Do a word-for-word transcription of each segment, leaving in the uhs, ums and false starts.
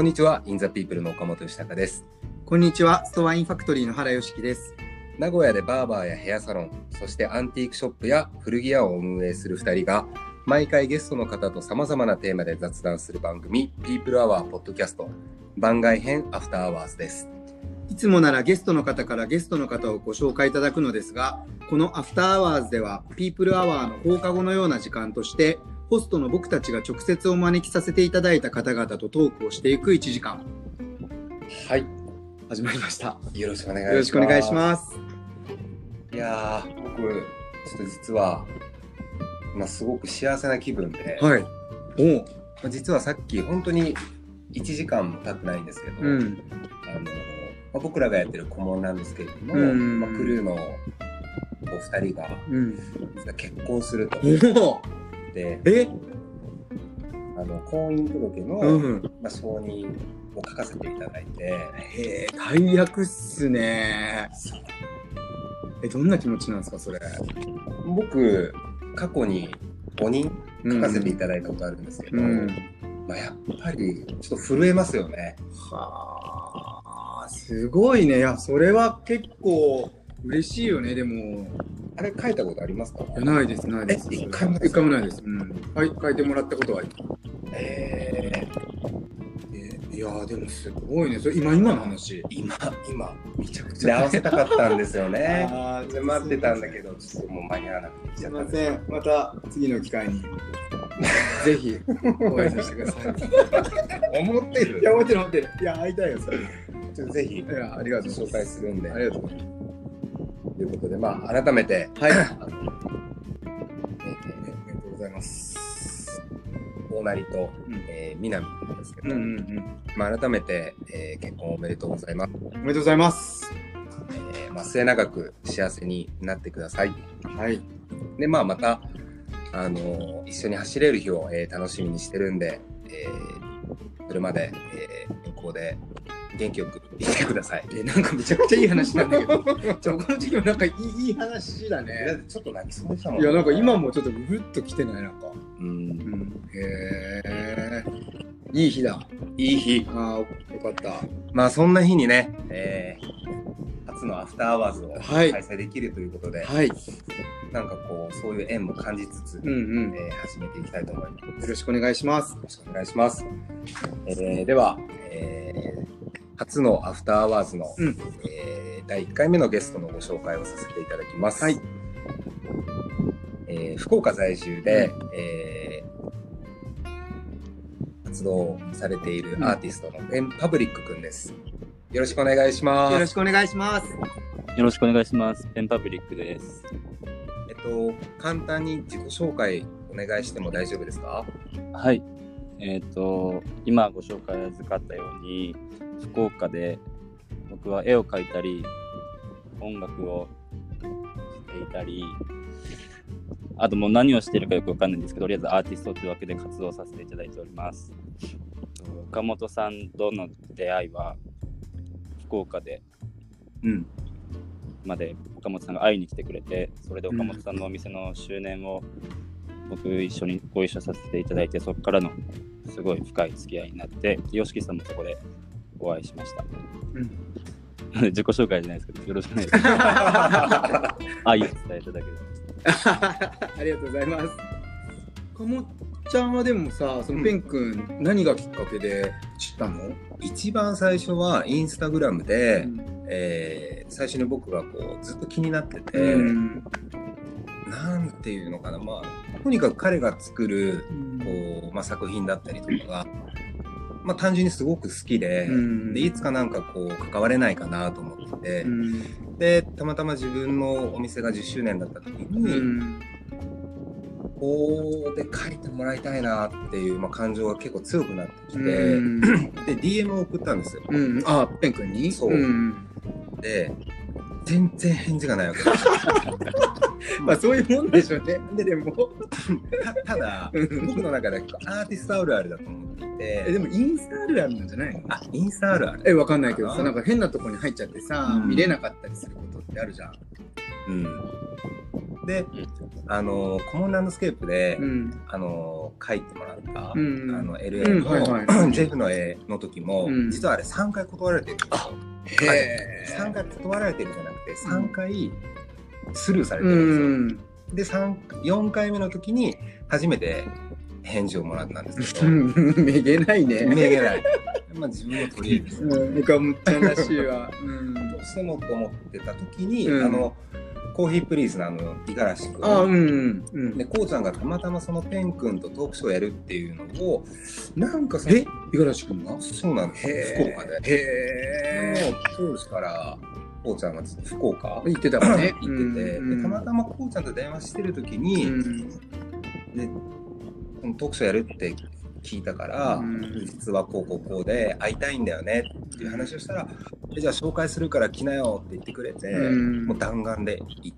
こんにちは、インザピープルの岡本義孝です。 こんにちは、ストアインファクトリーの原義樹です。 名古屋でバーバーやヘアサロン、そしてアンティークショップや古着屋を運営するふたりが、毎回ゲストの方と様々なテーマで雑談する番組、ピープルアワーポッドキャスト、番外編アフターアワーズです。 いつもならゲストの方からゲストの方をご紹介いただくのですが、このアフターアワーズでは、ピープルアワーの放課後のような時間として、ホストの僕たちが直接お招きさせていただいた方々とトークをしていくいちじかん。 はい。 始まりました。 よろしくお願いします。 よろしくお願いします。 いやー、僕、ちょっと実は、今すごく幸せな気分で、 はい。 お実はさっき、本当にいちじかんも経ってないんですけど、うん、あのまあ、僕らがやってる顧問なんですけれども、うんまあ、クルーのお二人が、うん、結婚すると。でえあの婚姻届の、うんまあ、承認を書かせていただいて、 へー、大役っすね。え、どんな気持ちなんですかそれ。 僕過去にごにん書かせていただいたことあるんですけど、うんまあ、やっぱりちょっと震えますよね。 はあ、すごいね。いや、それは結構嬉しいよね。でもあれ書いたことありますか？ いや、ないです、ないです。 一回も一回もないです。うん。はい、書いてもらったことはあります。 えー、いやー、でもすごいね。それ今、今の話。 今、今、めちゃくちゃ合わせたかったんですよね。あー、待ってたんだけど、ちょっともう間に合わなくて来ちゃったんです。 すいません。また次の機会に、ぜひ、お会いさせてください。思ってる？ いや、思ってる、思ってる。いや、会いたいよ、それ。 ちょっとぜひ、いや、ありがとう。 紹介するんで。 ありがとうございます。 ということで、まあ、改めて、 はい。ありがとうございます。大成と、うんえー、南ですけど、うんうんうんまあ、改めて、えー、結婚おめでとうございます。 おめでとうございます。 えーまあ、末永く幸せになってください。 はい。 で、まあ、また、あのー、一緒に走れる日を、えー、楽しみにしてるんで、えー、それまで、えー、健康で、元気よくいてください。 え、なんかめちゃくちゃいい話なんだけど。ちょ、この時期もなんかいい、いい話だね。 ちょっと泣きそうでしたもんね。 いや、なんか今もちょっとぐっと来てない、なんか。 うん。うん、 へえ。いい日だ。 いい日。 ああ、よかった。 まあ、そんな日にね、えー、初のアフターアワーズを開催できるということで、 はい。 なんかこう、そういう縁も感じつつ、うんうんえー、始めていきたいと思います。 よろしくお願いします。 よろしくお願いします。えー、では、えー、初のアフターアワーズの、うんえー、だいいっかいめのゲストのご紹介をさせていただきます。はいえー、福岡在住で、うんえー、活動されているアーティストのペンパブリックくんです。よろしくお願いします。 よろしくお願いします。 よろしくお願いします。ペンパブリックです。 えっと、簡単に自己紹介お願いしても大丈夫ですか？ はい。えっと、今ご紹介預かったように、福岡で僕は絵を描いたり、音楽をしていたり、あともう何をしているかよくわかんないんですけど、とりあえずアーティストというわけで活動させていただいております。岡本さんとの出会いは、福岡で、うん、まで岡本さんが会いに来てくれて、それで岡本さんのお店の周年を僕一緒にご一緒させていただいて、そこからのすごい深い付き合いになって、吉木さんもそこでお会いしました。うん、自己紹介じゃないですけど、よろしくお願いします。愛を伝えただけです。 ありがとうございます。かもちゃんはでもさ、そのペン君、うん、何がきっかけで知ったの？ 一番最初はインスタグラムで、うんえー、最初に僕がこうずっと気になってて、うん、なんていうのかな、まあとにかく彼が作るこう、まあ、作品だったりとかが、まあ、単純にすごく好きで、うん、でいつかなんかこう関われないかなと思ってて、うん、でたまたま自分のお店がじゅっしゅうねんだった時に、うん、ここで書いてもらいたいなっていう、まあ、感情が結構強くなってきて、うん、で ディーエム を送ったんですよ。 うん、あ、ペン君に？ そう、うん、で全然返事がないわけです。 まあそういうもんでしょうね。ででもた, ただ僕の中ではアーティストあるあるだと思っていて、 えでもインスタあるあるなんじゃないの？ あ、インスタあるある。 え、わかんないけどさ、なんか変なとこに入っちゃってさ、うん、見れなかったりすることってあるじゃん。 うん。 で、あのコモンランドスケープで、 うん、 あの描いてもらった、 うん、 あの エルエー の、うんはいはい、ジェフの絵の時も、うん、実はあれさんかい断られてるんですよ。へー。さんかい断られてるんじゃなくてさんかいスルーされてるんですよ。うん、でよんかいめの時に初めて返事をもらったんですけどめげないね。 めげない。まあ自分の取り柄ですよ。 僕はむっちゃらしいわ。 うん、どうしてもと思ってた時に、うん、あのコーヒープリーズのあの五十嵐君、あ、うんうん、でこうちゃんがたまたまそのペン君とトークショーをやるっていうのをなんかそのえ五十嵐君がそうなんです福岡で。へえ。当時からこうちゃんが福岡行ってたもんね。 行ってて、うん、でたまたまこうちゃんと電話してる時に、うん、でトークショーやるって聞いたから、うん、実はこうこうこうで会いたいんだよねっていう話をしたら、じゃあ紹介するから来なよって言ってくれて、うん、もう弾丸で行って、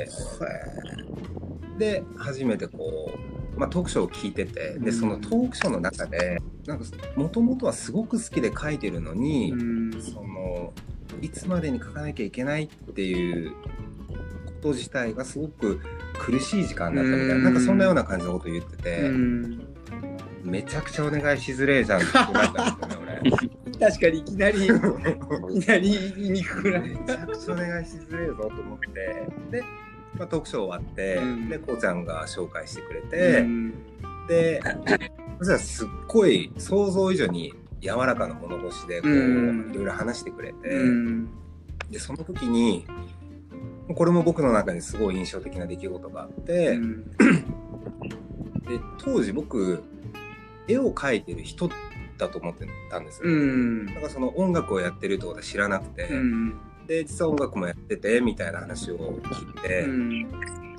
で初めてこう、まあ、トークショーを聞いてて、でそのトークショーの中でなんかもともとはすごく好きで書いてるのに、うん、そのいつまでに書かなきゃいけないっていうこと自体がすごく苦しい時間だったみたいな、うん、なんかそんなような感じのことを言ってて、うん、めちゃくちゃお願いしづれえじゃんってなったんですよね、 俺。確かにいきなりいきなり言いにくくなる。 めちゃくちゃお願いしづれえぞと思って、で、まあ、トークショー終わって、うん、でこうちゃんが紹介してくれて、うん、でそしたらすっごい想像以上に柔らかな物腰でこう、うん、いろいろ話してくれて、うん、でその時にこれも僕の中にすごい印象的な出来事があって、うん、で当時僕絵を描いてる人だと思ってたんですよ、うん、だからその音楽をやってるってことは知らなくて、うん、で実は音楽もやっててみたいな話を聞いて、うん、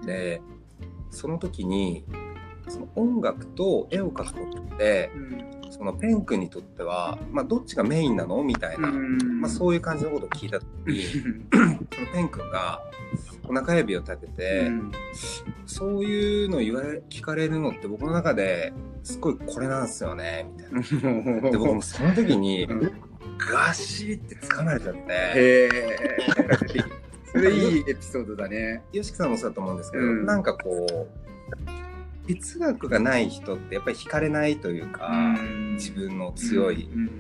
でその時にその音楽と絵を描くことって、うんそのペン君にとっては、まあ、どっちがメインなのみたいな、まあ、そういう感じのことを聞いた時にそのペン君が中指を立てて、うん、そういうの言われ聞かれるのって僕の中ですごいこれなんですよねみたいな。で僕もその時にガシリって掴まれちゃって、へーそれいいエピソードだね。 よしきさんもそうだと思うんですけど、うん、なんかこう哲学がない人ってやっぱり惹かれないというか、うん、自分の強い、うん、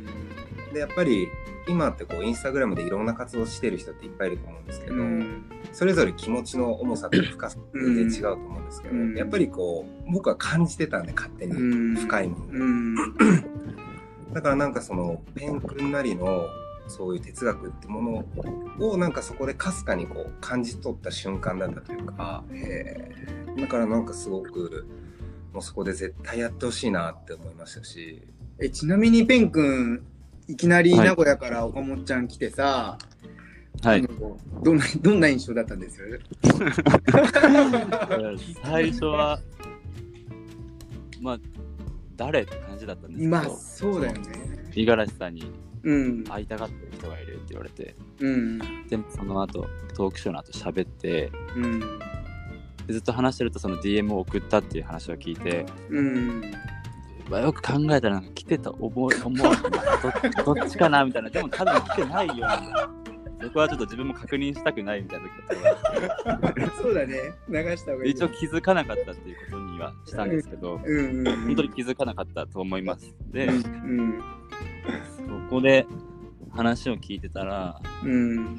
でやっぱり今ってこうインスタグラムでいろんな活動してる人っていっぱいいると思うんですけど、うん、それぞれ気持ちの重さと深さって全然違うと思うんですけど、うん、やっぱりこう僕は感じてたんで勝手に深いもの、うん、だからなんかそのペン君なりのそういう哲学ってものをなんかそこでかすかにこう感じ取った瞬間だったというか、へーだからなんかすごくもうそこで絶対やってほしいなって思いましたし。 えちなみにペン君いきなり名古屋から岡本ちゃん来てさ、はい、どんなどんな印象だったんです最初はまあ誰って感じだったんですけど、 まあそうだよね。 五十嵐さんに会いたがってる人がいるって言われて、うん、でもその後トークショーの後喋って、うん、ずっと話してるとその ディーエム を送ったっていう話を聞いて、うんまあ、よく考えたらなんか来てた思う思うど, どっちかなみたいな。でも多分来てないよみたいな。僕はちょっと自分も確認したくないみたいな時だったからそうだね流した方がいい。 一応気づかなかったっていうことにはしたんですけど、うんうんうん、本当に気づかなかったと思います。で、うん、そこで話を聞いてたら、うん、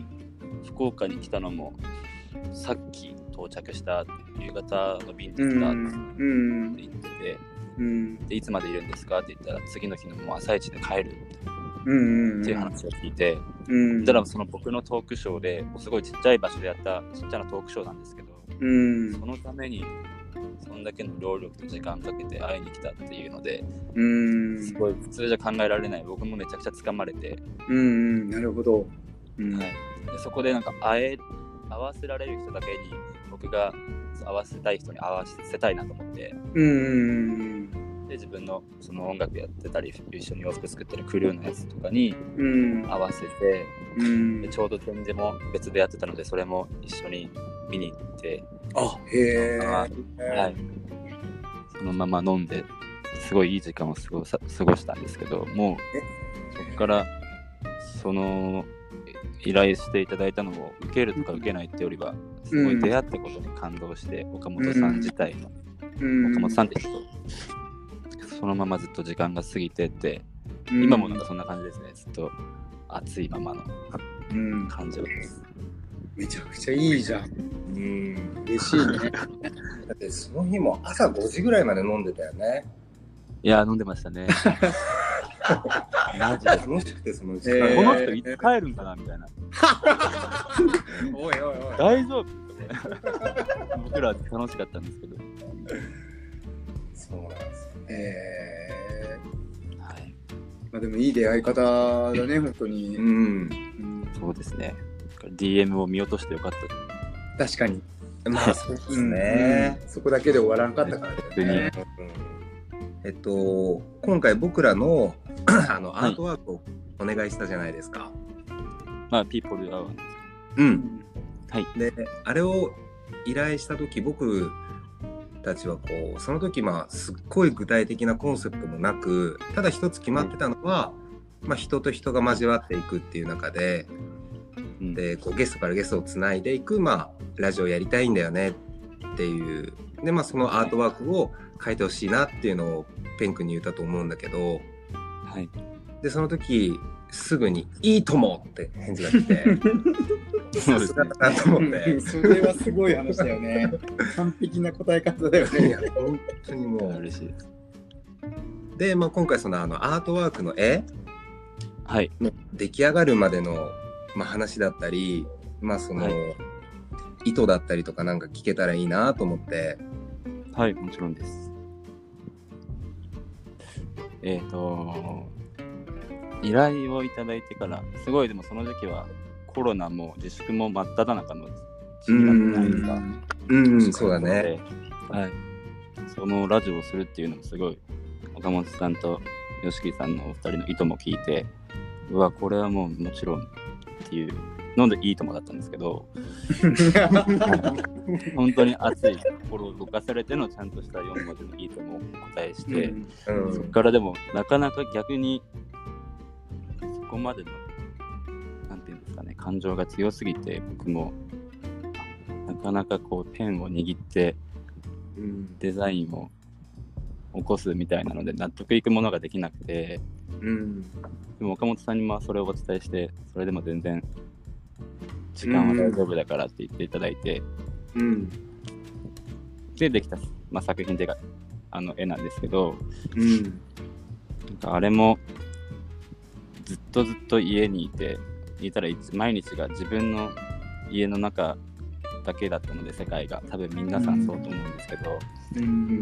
福岡に来たのもさっき到着した夕方の便で来たって言ってて、うん、でいつまでいるんですかって言ったら次の日のもう朝一で帰るって、うんうんうん、っていう話を聞いて、うん、だからその僕のトークショーですごいちっちゃい場所でやったちっちゃなトークショーなんですけど、うん、そのためにそんだけの労力と時間かけて会いに来たっていうので、うん、すごい普通じゃ考えられない。僕もめちゃくちゃ掴まれて、 うんうん、なるほど、 うんはい、でそこでなんか会え合わせられる人だけに僕が合わせたい人に合わせたいなと思って、うん、で自分のその音楽やってたり一緒に洋服作ってるクルーのやつとかに合わせて、うん、でちょうど展示も別でやってたのでそれも一緒に見に行って、 あへー、 はい、そのまま飲んですごいいい時間を過ごさ過ごしたんですけど、もうそこからその依頼していただいたのを受けるとか受けないってよりはすごい出会ったことに感動して、うん、岡本さん自体の、うん、岡本さんって人そのままずっと時間が過ぎてって、うん、今もなんかそんな感じですね。ずっと熱いままの感情です、 うん、めちゃくちゃいいじゃん。うん、嬉しいね。 だってその日も朝ごじぐらいまで飲んでたよね。 いや飲んでましたね。マジで楽しくてその時間、 えー、この人いつ帰るんかなみたいな。 おいおいおい大丈夫僕ら楽しかったんですけど。 そうなんですよね。 えー、 はい。 まあでもいい出会い方だね本当に。うん、うん、 そうですね。ディーエム を見落としてよかった。 確かに。 まあそうですね、 うんうん。そこだけで終わらんかったからね。 えっと今回僕らのあのアートワークをお願いしたじゃないですか。はい、 まあピーポルアワーですか。 うん。はい。であれを依頼した時僕たちはこうその時まあすっごい具体的なコンセプトもなく、ただ一つ決まってたのは、まあ人と人が交わっていくっていう中で、うん、でこうゲストからゲストをつないでいくまあラジオやりたいんだよねっていう。でまあそのアートワークを書いてほしいなっていうのをペン君に言ったと思うんだけど、 はい、 でその時すぐにいいともって返事が来てさすがだなと思って。 それはすごい話だよね。完璧な答え方だよね。 いや本当にもう嬉しいです。 で、まあ、今回そのあのアートワークの絵、 はい、 の出来上がるまでの、まあ、話だったり、まあその、はい、意図だったりとかなんか聞けたらいいなと思って。 はい、もちろんです。えっと、依頼をいただいてから、すごいでもその時期はコロナも自粛も真っ只中の時期だったじゃないですか。 うん、うん、そうだね。 はい。そのラジオをするっていうのもすごい、岡本さんと吉木さんのお二人の意図も聞いて、うわ、これはもうもちろんっていうのでいいともだったんですけど、本当に熱い心を動かされてのちゃんとしたよん文字のいいともお答えして、うんうん、そこからでもなかなか逆にそこまでのなんていうんですかね、感情が強すぎて僕もなかなかこうペンを握ってデザインを起こすみたいなので納得いくものができなくて、うん、でも岡本さんにもそれをお伝えして、それでも全然時間は大丈夫だからって言っていただいて、うん、でできた、まあ、作品というかあの絵なんですけど、うん、なんかあれもずっとずっと家にいていたら毎日が自分の家の中だけだったので、世界が多分皆さんそうと思うんですけど、うん、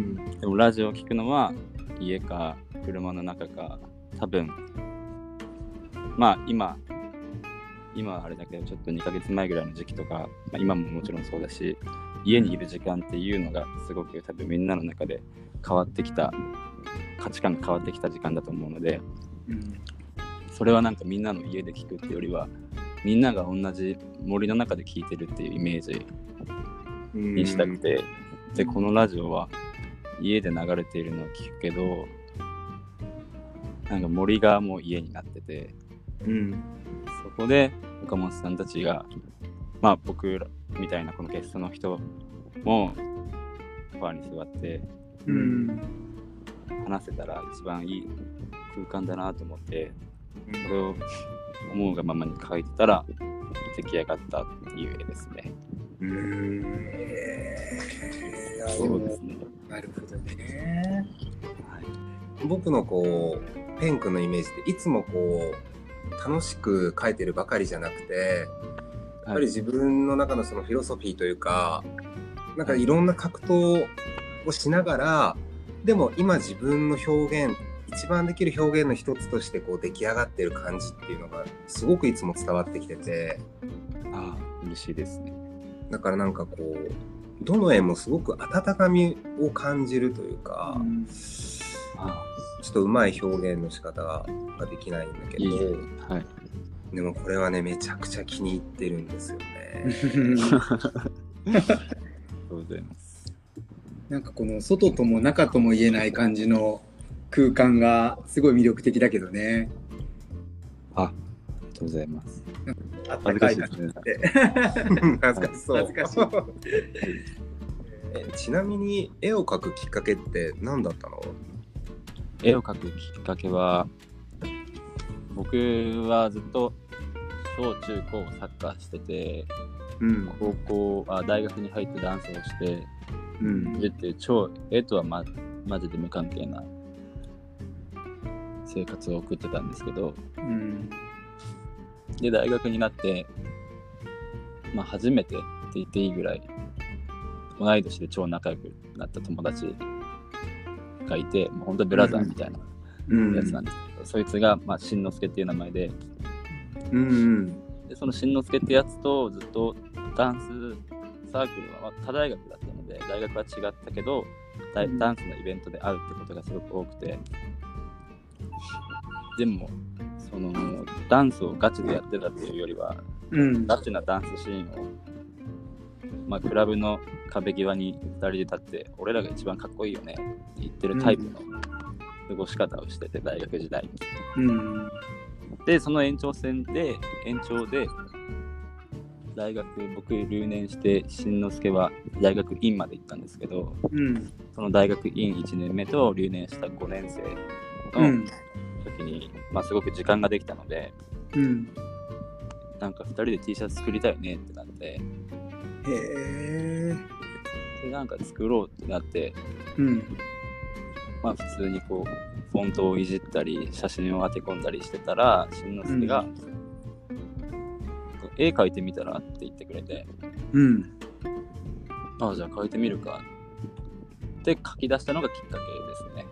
でもラジオを聞くのは家か車の中か、多分まあ今今はあれだけどちょっとにかげつまえぐらいの時期とか、まあ、今ももちろんそうだし、家にいる時間っていうのがすごく多分みんなの中で変わってきた、価値観が変わってきた時間だと思うので、うん、それはなんかみんなの家で聞くっていうよりはみんなが同じ森の中で聞いてるっていうイメージにしたくて、うん、でこのラジオは家で流れているのは聞くけど、なんか森がもう家になってて、うん、そこで岡本さんたちが、まあ僕らみたいなこのゲストの人もファーに座って、うん、話せたら一番いい空間だなと思って、それを思うがままに描いてたら出来上がったっていう絵ですね。うーん、えー、そうですね。なるほどね。 はい、僕のこうペン君のイメージっていつもこう楽しく描いてるばかりじゃなくて、やっぱり自分の中のそのフィロソフィーというか、なんかいろんな格闘をしながら、でも今自分の表現、一番できる表現の一つとしてこう出来上がってる感じっていうのがすごくいつも伝わってきてて、 ああ嬉しいですね。 だからなんかこうどの絵もすごく温かみを感じるというか、うん、ああちょっとうまい表現の仕方ができないんだけど、いい、はい、でもこれはねめちゃくちゃ気に入ってるんですよね。ありがとうございます。 なんかこの外とも中とも言えない感じの空間がすごい魅力的だけどね。 あ、ありがとうございます。 あったかいなって。 恥ずかしそう。 恥ずかしい。 えちなみに絵を描くきっかけって何だったの？ 絵を描くきっかけは、僕はずっと小中高サッカーしてて、 うん、 高校あ大学に入ってダンスをしてうん、 いるっていう超絵とはまマジで無関係な生活を送ってたんですけど、 うん、 で大学になって、まあ、初めてって言っていいぐらい同い年で超仲良くなった友達がいて、もう本当にブラザーみたいなやつなんですけど、うん、そいつが、まあ、しんのすけっていう名前で、 うんうん、 でそのしんのすけってやつとずっとダンスサークルは他大学だったので、大学は違ったけどダンスのイベントで会うってことがすごく多くて、でもそのダンスをガチでやってたっていうよりは、 うん、 ガチなダンスシーンを、まあ、クラブの壁際にふたりで立って俺らが一番かっこいいよねって言ってるタイプの過ごし方をしてて、大学時代に、 うん、 でその延長線で延長で大学僕留年してしんのすけは大学院まで行ったんですけど、 うん、 その大学院いちねんめと留年したごねん生の時に、うん、まあすごく時間ができたので、 うん、 なんかふたりで T シャツ作りたいねってなって、 へえ、 でなんか作ろうってなって、 うん、 まあ普通にこうフォントをいじったり写真を当て込んだりしてたら、しんのすけが、うん、絵描いてみたらって言ってくれて、 うん、 ああじゃあ描いてみるかって書き出したのがきっかけですね。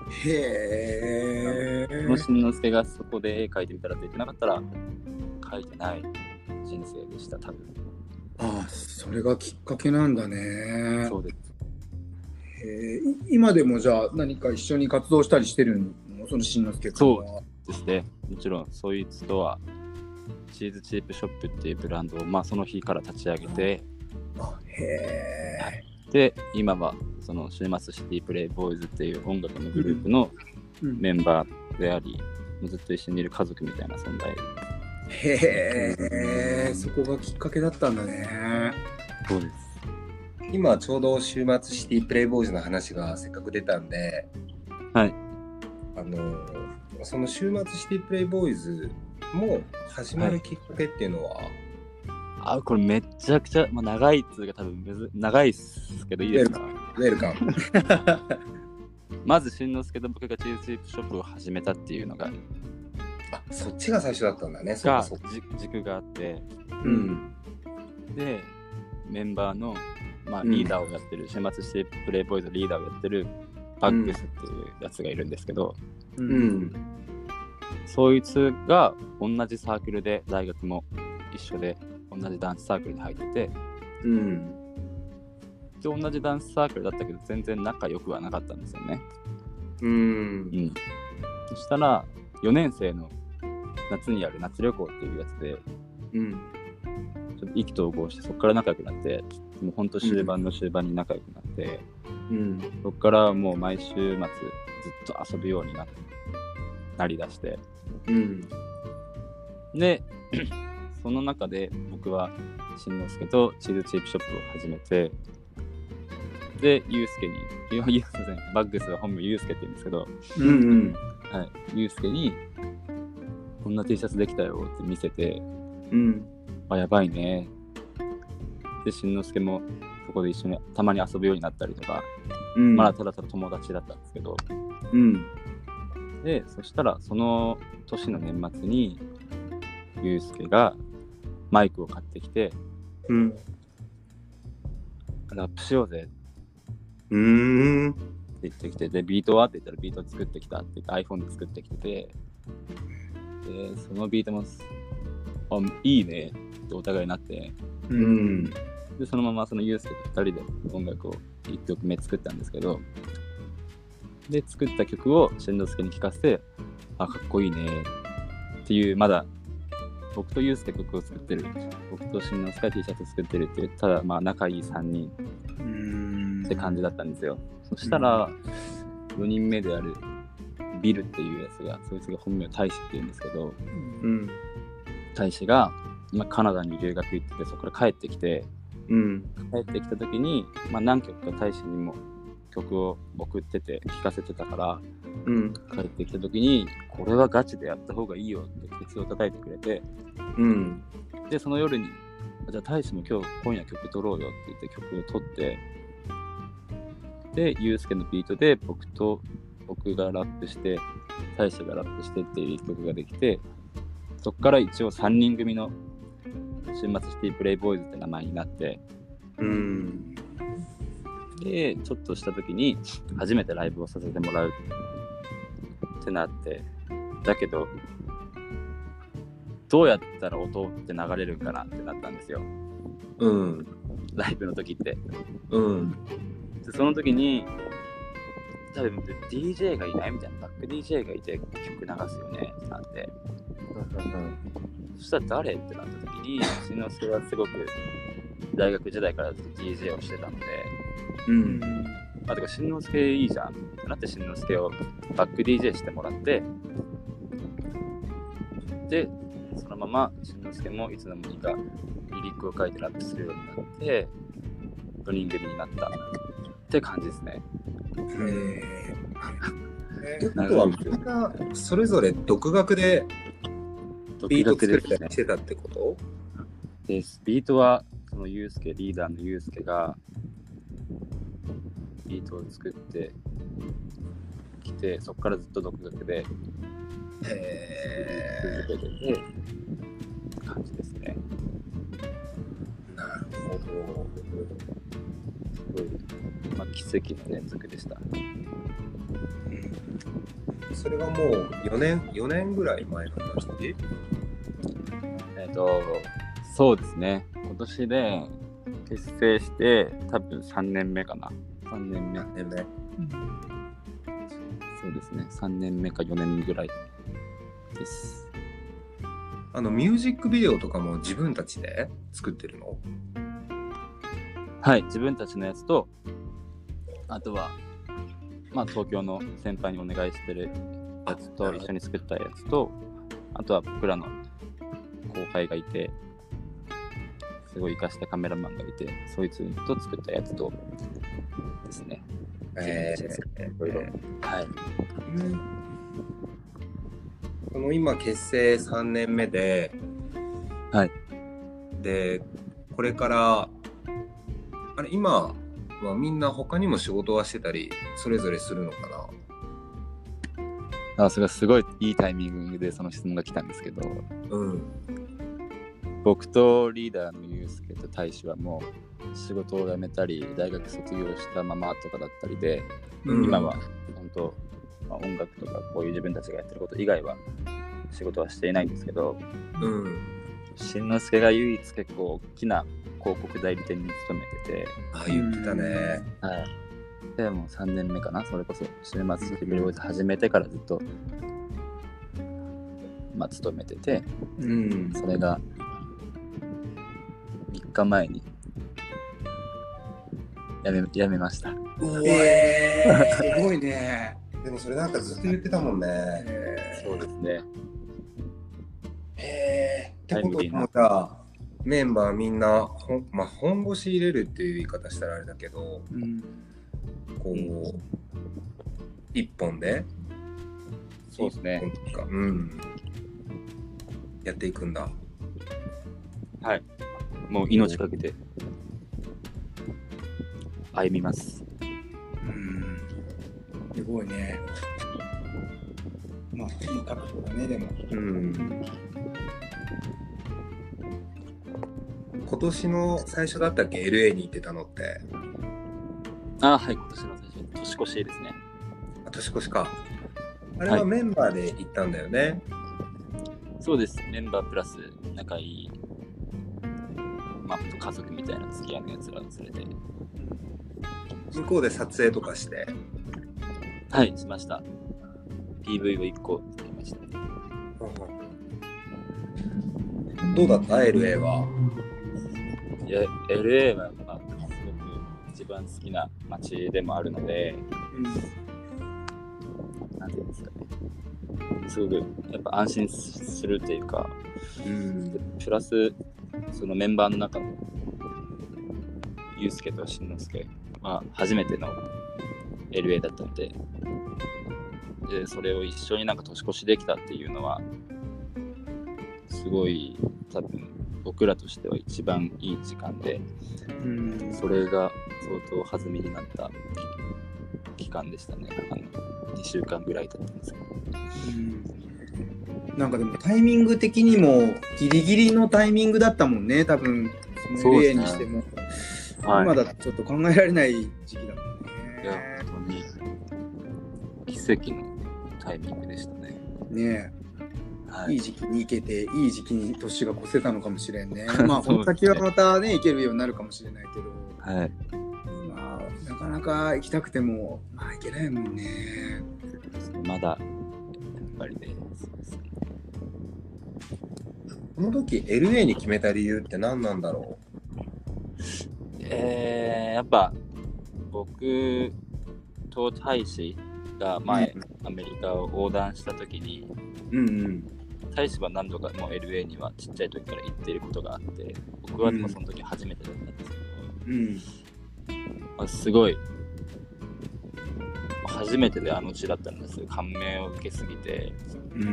へえ。 もしんのすけがそこで絵描いてみたらって言ってなかったら描いてない人生でした多分。 ああ、それがきっかけなんだね。 そうです。 へえ。今でもじゃあ何か一緒に活動したりしてるの？そのしんのすけ君は。 そうですね。もちろんそいつとはチーズチープショップっていうブランドを、まあ、その日から立ち上げて、 あ、へえ。 で今はその週末シティプレイボーイズっていう音楽のグループのメンバーであり、うん、ずっと一緒にいる家族みたいな存在。 へえ、そこがきっかけだったんだね。 そうです。 今ちょうど週末シティプレイボーイズの話がせっかく出たんで、 はい、 あのその週末シティプレイボーイズも始まるきっかけっていうのは、はい、 あ、これめちゃくちゃ、まあ、長いっつうか多分むず長いっすけどいいですか？ ウェルカム。 まずしんのすけと僕がチーズチープショップを始めたっていうのが、 あ、そっちが最初だったんだね。 がそうかそうか、 軸があって、 うん、 でメンバーの、まあ、リーダーをやってる、うん、週末シティプレイボーイズのリーダーをやってるバッグスっていうやつがいるんですけど、 うんうん、 そいつが同じサークルで大学も一緒で同じダンスサークルに入ってて、 うん、 で同じダンスサークルだったけど全然仲良くはなかったんですよね。 うん、うん、 そしたらよねん生の夏にやる夏旅行っていうやつで、 うん、 ちょっと意気投合してそこから仲良くなって、もうほんと終盤の終盤に仲良くなって、 うん、 そこからもう毎週末ずっと遊ぶように な, なりだして、 うん、でその中で僕はしんのすけとチーズチープショップを始めて、でゆうすけにゆうすけバッグスは本名ゆうすけって言うんですけど、 うんうん、 はい、ゆうすけにこんな T シャツできたよって見せて、 うん、 あ、やばいね。でしんのすけもそこで一緒にたまに遊ぶようになったりとか、うん、まだただただ友達だったんですけど、 うん、 でそしたらその年の年末にゆうすけがマイクを買ってきて、 うん、 ラップしようぜうーんって言ってきて、でビートはって言ったらビート作ってきたって言って iPhone で作ってきてて、でそのビートもあいいねってお互いになって、 うん、 でそのままそのゆうすけとふたりで音楽をいっきょくめ作ったんですけど、で作った曲をしんのすけに聴かせて、あ、かっこいいねっていう、まだ僕とゆうすけ曲を作ってる、僕としんのすけ T シャツ作ってるっていう、ただまあ仲いいさんにんって感じだったんですよ。そしたらよにんめであるビルっていうやつが、そいつが本名大使って言うんですけど、 うん、 大使がまあ、カナダに留学行ってて、そこから帰ってきて、 うん、 帰ってきた時に、まあ、何曲か大使にも曲を送ってて聴かせてたから、 うん、 帰ってきた時にこれはガチでやった方がいいよってケツを叩いてくれて、 うん、 でその夜にじゃあ大使も今日今夜曲撮ろうよって言って曲を撮って、でユースケのビートで僕と僕がラップして大使がラップしてっていういっきょくができて、そこから一応さんにん組の週末シティプレイボーイズって名前になって、 うん、 でちょっとした時に初めてライブをさせてもらうってなって、だけどどうやったら音って流れるんかなってなったんですよ、 うん、 ライブの時って、 うん、 でその時に多分 ディージェー がいないみたいな、バック ディージェー がいて曲流すよねってなって、そしたら誰ってなった時に、しんのすけはすごく大学時代からずっと ディージェー をしてたので、 うん、 あ、てかしんのすけいいじゃんってなって、しんのすけをバック ディージェー してもらって、でそのまましんのすけもいつの間にかリリックを書いてラップするようになってよにん組になったって感じですね。 へえ。ってことはみんなそれぞれ独学でビート作ったりしてたってこと？ です。ビートはそのユースケ、リーダーのユースケがビートを作ってきて、そこからずっと独学でへ続けてて感じですね。 なるほど。 すごい、まあ、奇跡の連続でした。 それがもうよねん、よねんぐらい前の話で？ えっと、そうですね。今年で結成して多分さんねんめかな。さんねんめ。 さんねんめ。 そうですね。さんねんめかよねんめぐらいです。 あのミュージックビデオとかも自分たちで作ってるの？ はい、自分たちのやつと、あとは、まあ、東京の先輩にお願いしてるやつと一緒に作ったやつと、あとは僕らの後輩がいて、すごい活かしたカメラマンがいて、そいつと作ったやつとですね。 えー、いろいろ。はい。 この今結成さんねんめで、 はい。で、 これからあれ今はみんな他にも仕事はしてたりそれぞれするのかな？あ、それはすごいいいタイミングでその質問が来たんですけど、 うん、 僕とリーダーのユースケと大使はもう仕事を辞めたり大学卒業したままとかだったりで、うん、今は本当、まあ、音楽とかこういう自分たちがやってること以外は仕事はしていないんですけど、 うん、 しんのすけが唯一結構大きな広告代理店に勤めてて、 あ、言ってたね。 はい。でもうさんねんめかな、それこそ週末シティプレイボーイズ始めてからずっと、まあ、勤めてて、 うん、 それがみっかまえに辞め、辞めました。 えー、すごいね。 でもそれなんかずっと言ってたもんね。 そうですね。 へー。ってことはさ、メンバーみんなほ、まあ、本腰入れるっていう言い方したらあれだけど、うん、こう、うん、一本でそうですね、 うん、やっていくんだ。 はい、もう命かけて歩みます。 うん、すごいね。まあいい覚悟だね。でも、うん、 今年の最初だったっけ エルエー に行ってたのって？ あ、はい、今年の最初、年越しですね。 あ、年越しか。あれはメンバーで行ったんだよね。はい、 そうです。メンバープラス仲いい、まあ、家族みたいな付き合いのやつらを連れて。 向こうで撮影とかして？ はい、しました。ピーブイ をいっこ作りました。 うん、どうだった エルエー は？ いや、エルエー は、まあ、すごく一番好きな街でもあるので、 なんていうんですかね、すごくやっぱ安心するっていうか、うん、プラスそのメンバーの中のユウスケとしんのすけは初めての エルエー だったので、でそれを一緒になんか年越しできたっていうのはすごい多分僕らとしては一番いい時間で、うん、それが相当弾みになった期間でしたね。あのにしゅうかんぐらいだったんですけど、 うん、なんかでもタイミング的にもギリギリのタイミングだったもんね、多分その エルエー にしても、はい、今だとちょっと考えられない時期だもんね。 いや本当に奇跡のタイミングでしたね。 ねえ、はい、いい時期に行けていい時期に年が越せたのかもしれんね。まあこの先はまたね行けるようになるかもしれないけど、はい、まあなかなか行きたくてもまあ行けないもんね。 まだやっぱりね。 この時 エルエー に決めた理由って何なんだろう。 えー、やっぱ僕と大使が前、うん、アメリカを横断した時に、うんうん、大使は何度かもう エルエー にはちっちゃい時から行っていることがあって、僕はでもその時初めてだったんですけど、うんまあ、すごい初めてであの地だったんですよ。感銘を受けすぎて、うん、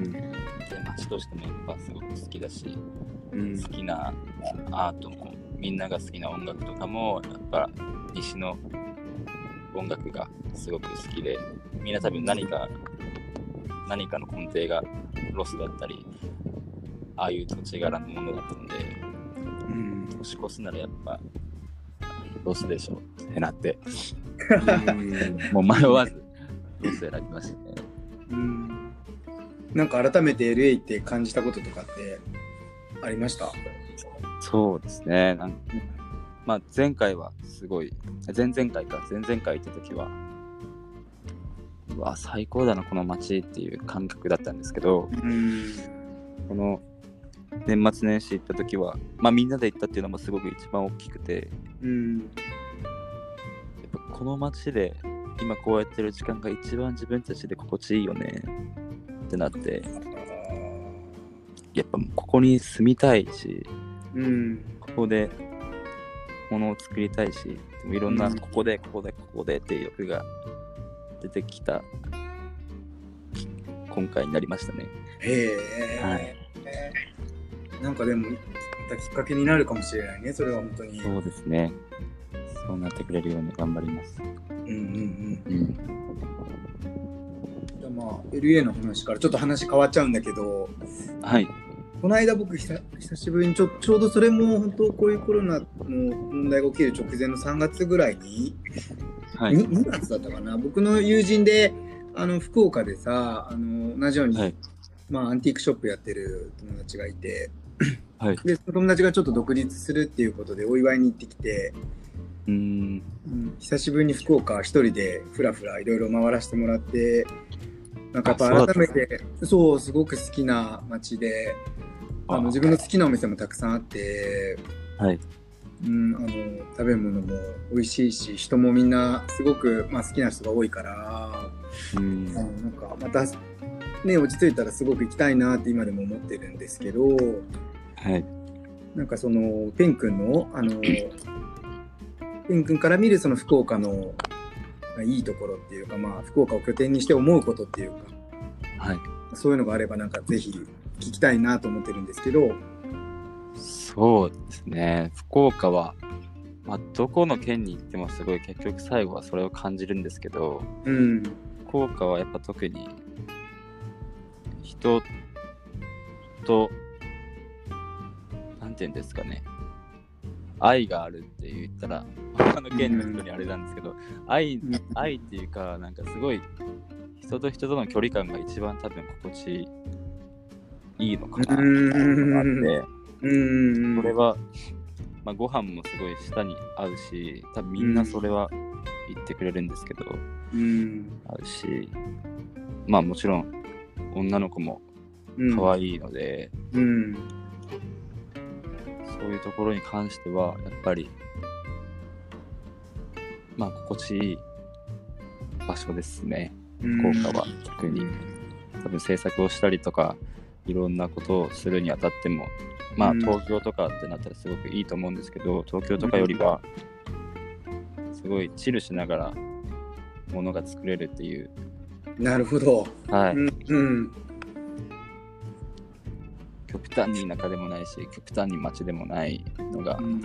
で街としてもやっぱすごく好きだし、うん、好きなアートもみんなが好きな音楽とかもやっぱ西の音楽がすごく好きで、みんな多分何か何かの根底がロスだったり、ああいう土地柄のものだったので、うん、年越すならやっぱロスでしょってなってもう迷わずロス選びましたね。 うん、なんか改めて エルエー って感じたこととかってありました？ そうですね、なんまあ、前回はすごい前々回か前々回行った時はうわ最高だなこの街っていう感覚だったんですけど、うんこの年末年始行った時は、まあ、みんなで行ったっていうのもすごく一番大きくて、うん、やっぱこの街で今こうやってる時間が一番自分たちで心地いいよねってなって、やっぱここに住みたいし、うん、ここで物を作りたいし、でもいろんなここでここでここでっていう欲が出てきた今回になりましたね。 へえ、はい、なんかでもまたきっかけになるかもしれないね。それは本当にそうですね。そうなってくれるように頑張ります。うんうんうん、うん、 じゃあまあ エルエー の話からちょっと話変わっちゃうんだけど、はい、この間僕久しぶりにち ょ, ちょうどそれも本当こういうコロナの問題が起きる直前のさんがつぐらいに、はい、に, にがつだったかな、僕の友人であの福岡でさ、あの同じように、はい、まあ、アンティークショップやってる友達がいて、はい、でその友達がちょっと独立するっていうことでお祝いに行ってきて、うーん、うん、久しぶりに福岡一人でふらふらいろいろ回らせてもらって、なんかやっぱ改めて そう, そうすごく好きな街で、あの自分の好きなお店もたくさんあって、はい、うん、あの食べ物も美味しいし、人もみんなすごく、まあ、好きな人が多いから、うん、なんかまたね落ち着いたらすごく行きたいなって今でも思ってるんですけど、はい、なんかそのペン君のあのペン君から見るその福岡のいいところっていうか、まあ福岡を拠点にして思うことっていうか、はい、そういうのがあればなんかぜひ聞きたいなと思ってるんですけど。 そうですね、福岡は、まあ、どこの県に行ってもすごい結局最後はそれを感じるんですけど、うん、福岡はやっぱ特に人となんていうんですかね、愛があるって言ったら他の県の人にあれなんですけど、うん、愛, 愛っていうかなんかすごい人と人との距離感が一番多分心地いいのかなっていうのがあって、うん、これは、まあ、ご飯もすごい舌に合うし、多分みんなそれは言ってくれるんですけど、うん、合うし、まあもちろん女の子も可愛いので、うんうん、そういうところに関してはやっぱりまあ心地いい場所ですね。 う福岡は特に。多分制作をしたりとかいろんなことをするにあたっても、まあ東京とかってなったらすごくいいと思うんですけど、東京とかよりはすごいチルしながらものが作れるっていう。 なるほど。 はい。 うんうん、 極端に田舎でもないし、極端に町でもないのが多分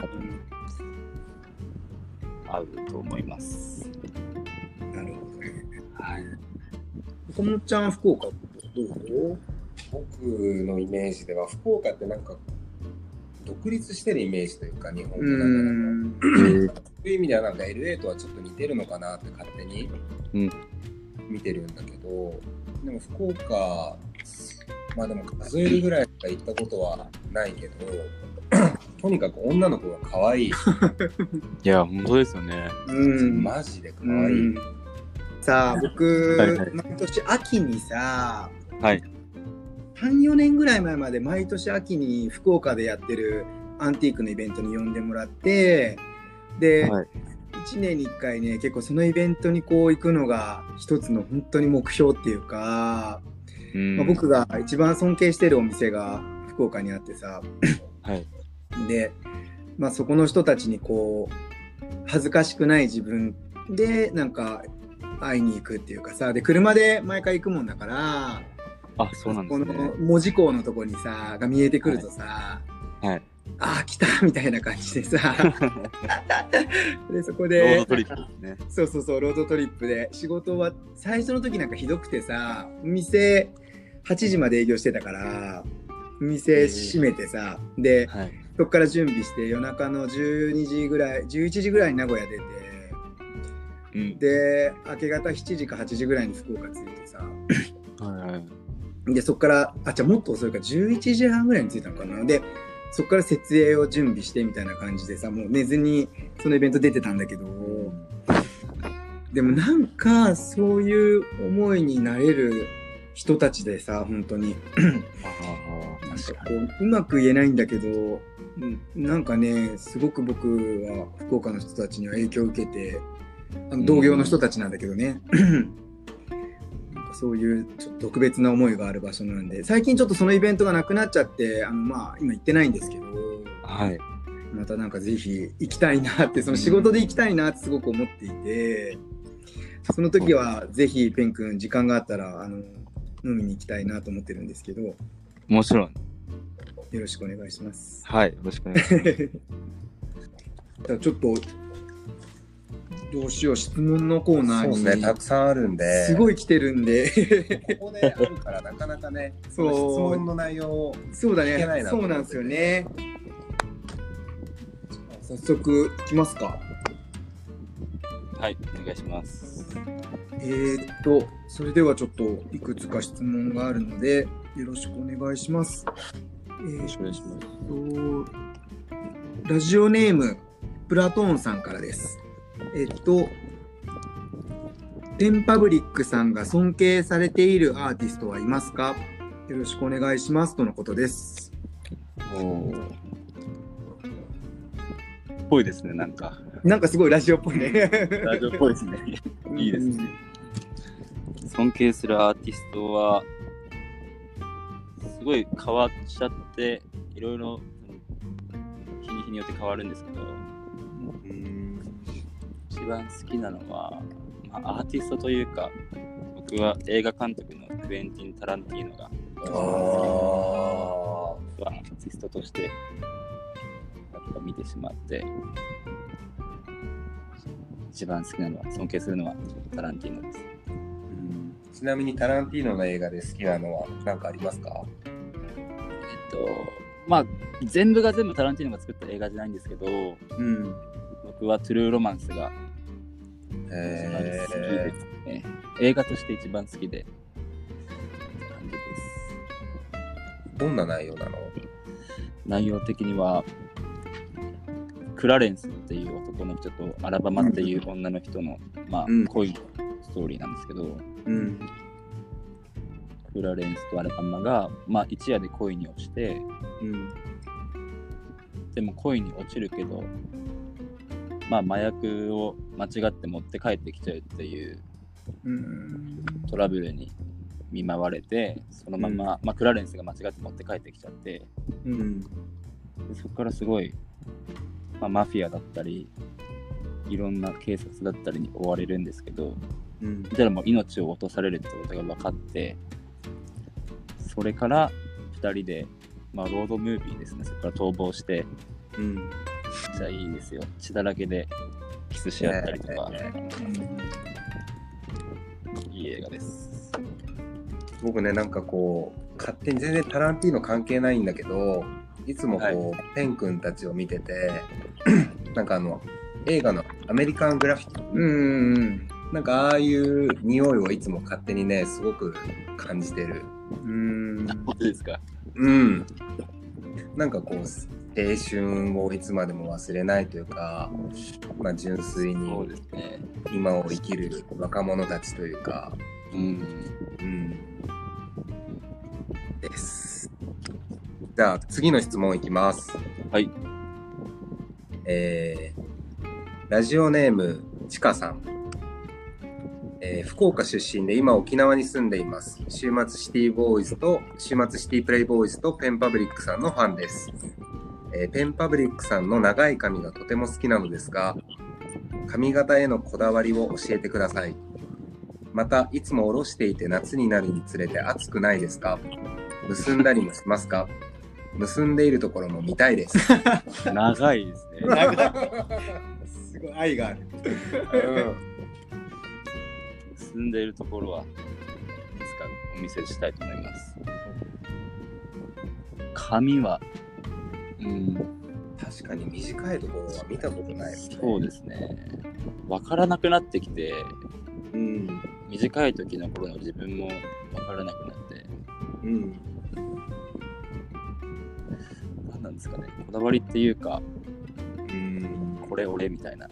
合うと思います。 なるほどね。 はい。 岡本ちゃん福岡どう？ 僕のイメージでは福岡ってなんか独立してるイメージというか、日本となんかそういう意味ではなんか エルエー とはちょっと似てるのかなって勝手に見てるんだけど、でも福岡、まあでも数えるぐらいしか行ったことはないけどとにかく女の子が可愛い。いや本当ですよね。 うん、 マジで可愛い。うん、 さあ僕、はいはい、毎年秋にさ、 はい、 さん、よねんぐらい前まで毎年秋に福岡でやってるアンティークのイベントに呼んでもらって、で、はい、いちねんにいっかいね、結構そのイベントにこう行くのが一つの本当に目標っていうか、うんまあ、僕が一番尊敬してるお店が福岡にあってさ、 はい、 で、まあ、そこの人たちにこう恥ずかしくない自分でなんか会いに行くっていうかさ、で車で毎回行くもんだから、 あ、そうなんですね。 この門司港のとこにさが見えてくるとさ、 はいはい、 ああ来たみたいな感じでさでそこでロードトリップですね。 そうそうそう、ロードトリップで仕事は最初の時なんかひどくてさ、店はちじまで営業してたから店閉めてさ、で、はい、そこから準備して夜中のじゅうにじぐらいじゅういちじぐらいに名古屋出て、うん、で明け方しちじかはちじぐらいに福岡着いてさ、 はいはい、 でそこからあじゃあもっと遅いかじゅういちじはんぐらいに着いたのかな。でそこから設営を準備してみたいな感じでさ、もう寝ずにそのイベント出てたんだけど、でもなんかそういう思いになれる人たちでさ、本当になんかこううまく言えないんだけど、なんかねすごく僕は福岡の人たちには影響を受けて、あの同業の人たちなんだけどねなんかそういうちょっと特別な思いがある場所なんで、最近ちょっとそのイベントがなくなっちゃって、あのまあ今行ってないんですけど、 はい、 またなんかぜひ行きたいなって、その仕事で行きたいなってすごく思っていて、その時はぜひペン君時間があったらあの飲みに行きたいなと思ってるんですけど、 もちろんよろしくお願いします。 はい、よろしくお願いします。 じゃあちょっとどうしよう、質問のコーナーに。 そうですね、たくさんあるんで。 すごい来てるんで。 ここであるからなかなかね、そう質問の内容をそうだね、そうなんですよね。早速いきますか。 はい、お願いします。 えーっと、それではちょっといくつか質問があるので、よろしくお願いします。 えー、よろしくお願いします。 ラジオネーム、プラトーンさんからです。えっと、テンパブリックさんが尊敬されているアーティストはいますか？よろしくお願いしますとのことです。 おー。ぽいですね、なんか。 なんかすごいラジオっぽいね。 ラジオっぽいですね。いいですね。尊敬するアーティストは、すごい変わっちゃって、いろいろ日に日によって変わるんですけど、一番好きなのは、まあ、アーティストというか、僕は映画監督のクエンティン・タランティーノがアーティストとしてやっぱ見てしまって、一番好きなのは、尊敬するのはタランティーノです。 うん、ちなみにタランティーノの映画で好きなのは何かありますか？ えっとまあ全部が全部タランティーノが作った映画じゃないんですけど、うん、僕はトゥルーロマンスが一番好きですね。映画として一番好きで感じです。 どんな内容なの？ 内容的にはクラレンスっていう男の人とアラバマっていう女の人の、まあ、うん、恋のストーリーなんですけど、うん、クラレンスとアラバマが、まあ、一夜で恋に落ちて、うん、でも恋に落ちるけど、まあ、麻薬を間違って持って帰ってきちゃうっていううんトラブルに見舞われて、そのまま、うんまあ、クラレンスが間違って持って帰ってきちゃって、 うん、 でそこからすごい、まあ、マフィアだったりいろんな警察だったりに追われるんですけど、うん、じゃあもう命を落とされるってことが分かって、それからふたりで、まあ、ロードムービーですね。そこから逃亡して、うん、じゃあいいですよ、血だらけでキスし合ったりとか、えー、いい映画です。 僕ね、なんかこう勝手に全然タランティーノ関係ないんだけど、いつもこう、はい、ペン君たちを見ててなんかあの映画のアメリカングラフィティ、うんうん、なんかああいう匂いをいつも勝手にねすごく感じてる。 うーん、本当ですか。 うん、なんかこう青春をいつまでも忘れないというか、まあ、純粋に今を生きる若者たちというか、うん、うん、です。じゃあ次の質問いきます。 はい。 えー、ラジオネームちかさん、えー、福岡出身で今沖縄に住んでいます。週末シティボーイズと週末シティプレイボーイズとペンパブリックさんのファンです。えー、ペンパブリックさんの長い髪がとても好きなのですが、髪型へのこだわりを教えてください。またいつも下ろしていて夏になるにつれて暑くないですか？結んだりもしますか？結んでいるところも見たいです。 長いですね。長い。 すごい愛がある。 うん、結んでいるところはいつかお見せしたいと思います。髪は、うん、 確かに短いところは見たことないですね。 そうですね。分からなくなってきて、うん、短い時の頃の自分も分からなくなって、うん、何なんですかね、こだわりっていうか、うーん、これ俺みたいな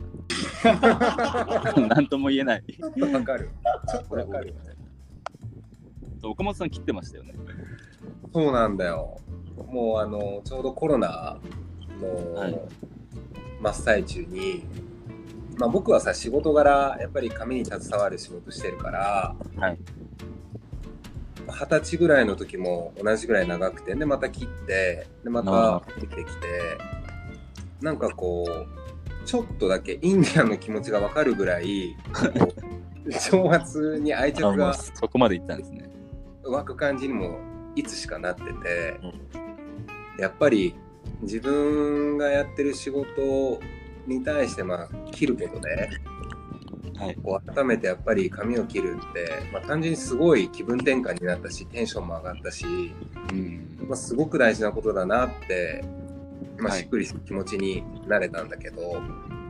なんとも言えない。 ちょっとわかる。ちょっとわかる。 岡本さん切ってましたよね。 そうなんだよ。もうあのちょうどコロナの、はい、真っ最中に、まあ、僕はさ仕事柄やっぱり髪に携わる仕事してるから、はい、はたちぐらいの時も同じぐらい長くて、でまた切ってでまた切ってきて、なんかこうちょっとだけインディアンの気持ちが分かるぐらい正月に愛着がそこまでいったんですね。 湧く感じにもいつしかなってて、うん、やっぱり自分がやってる仕事に対してまあ切ることで、はい、こう改めてやっぱり髪を切るって、まあ、単純にすごい気分転換になったしテンションも上がったし、うんまあ、すごく大事なことだなって、まあ、しっくりした気持ちになれたんだけど、はい、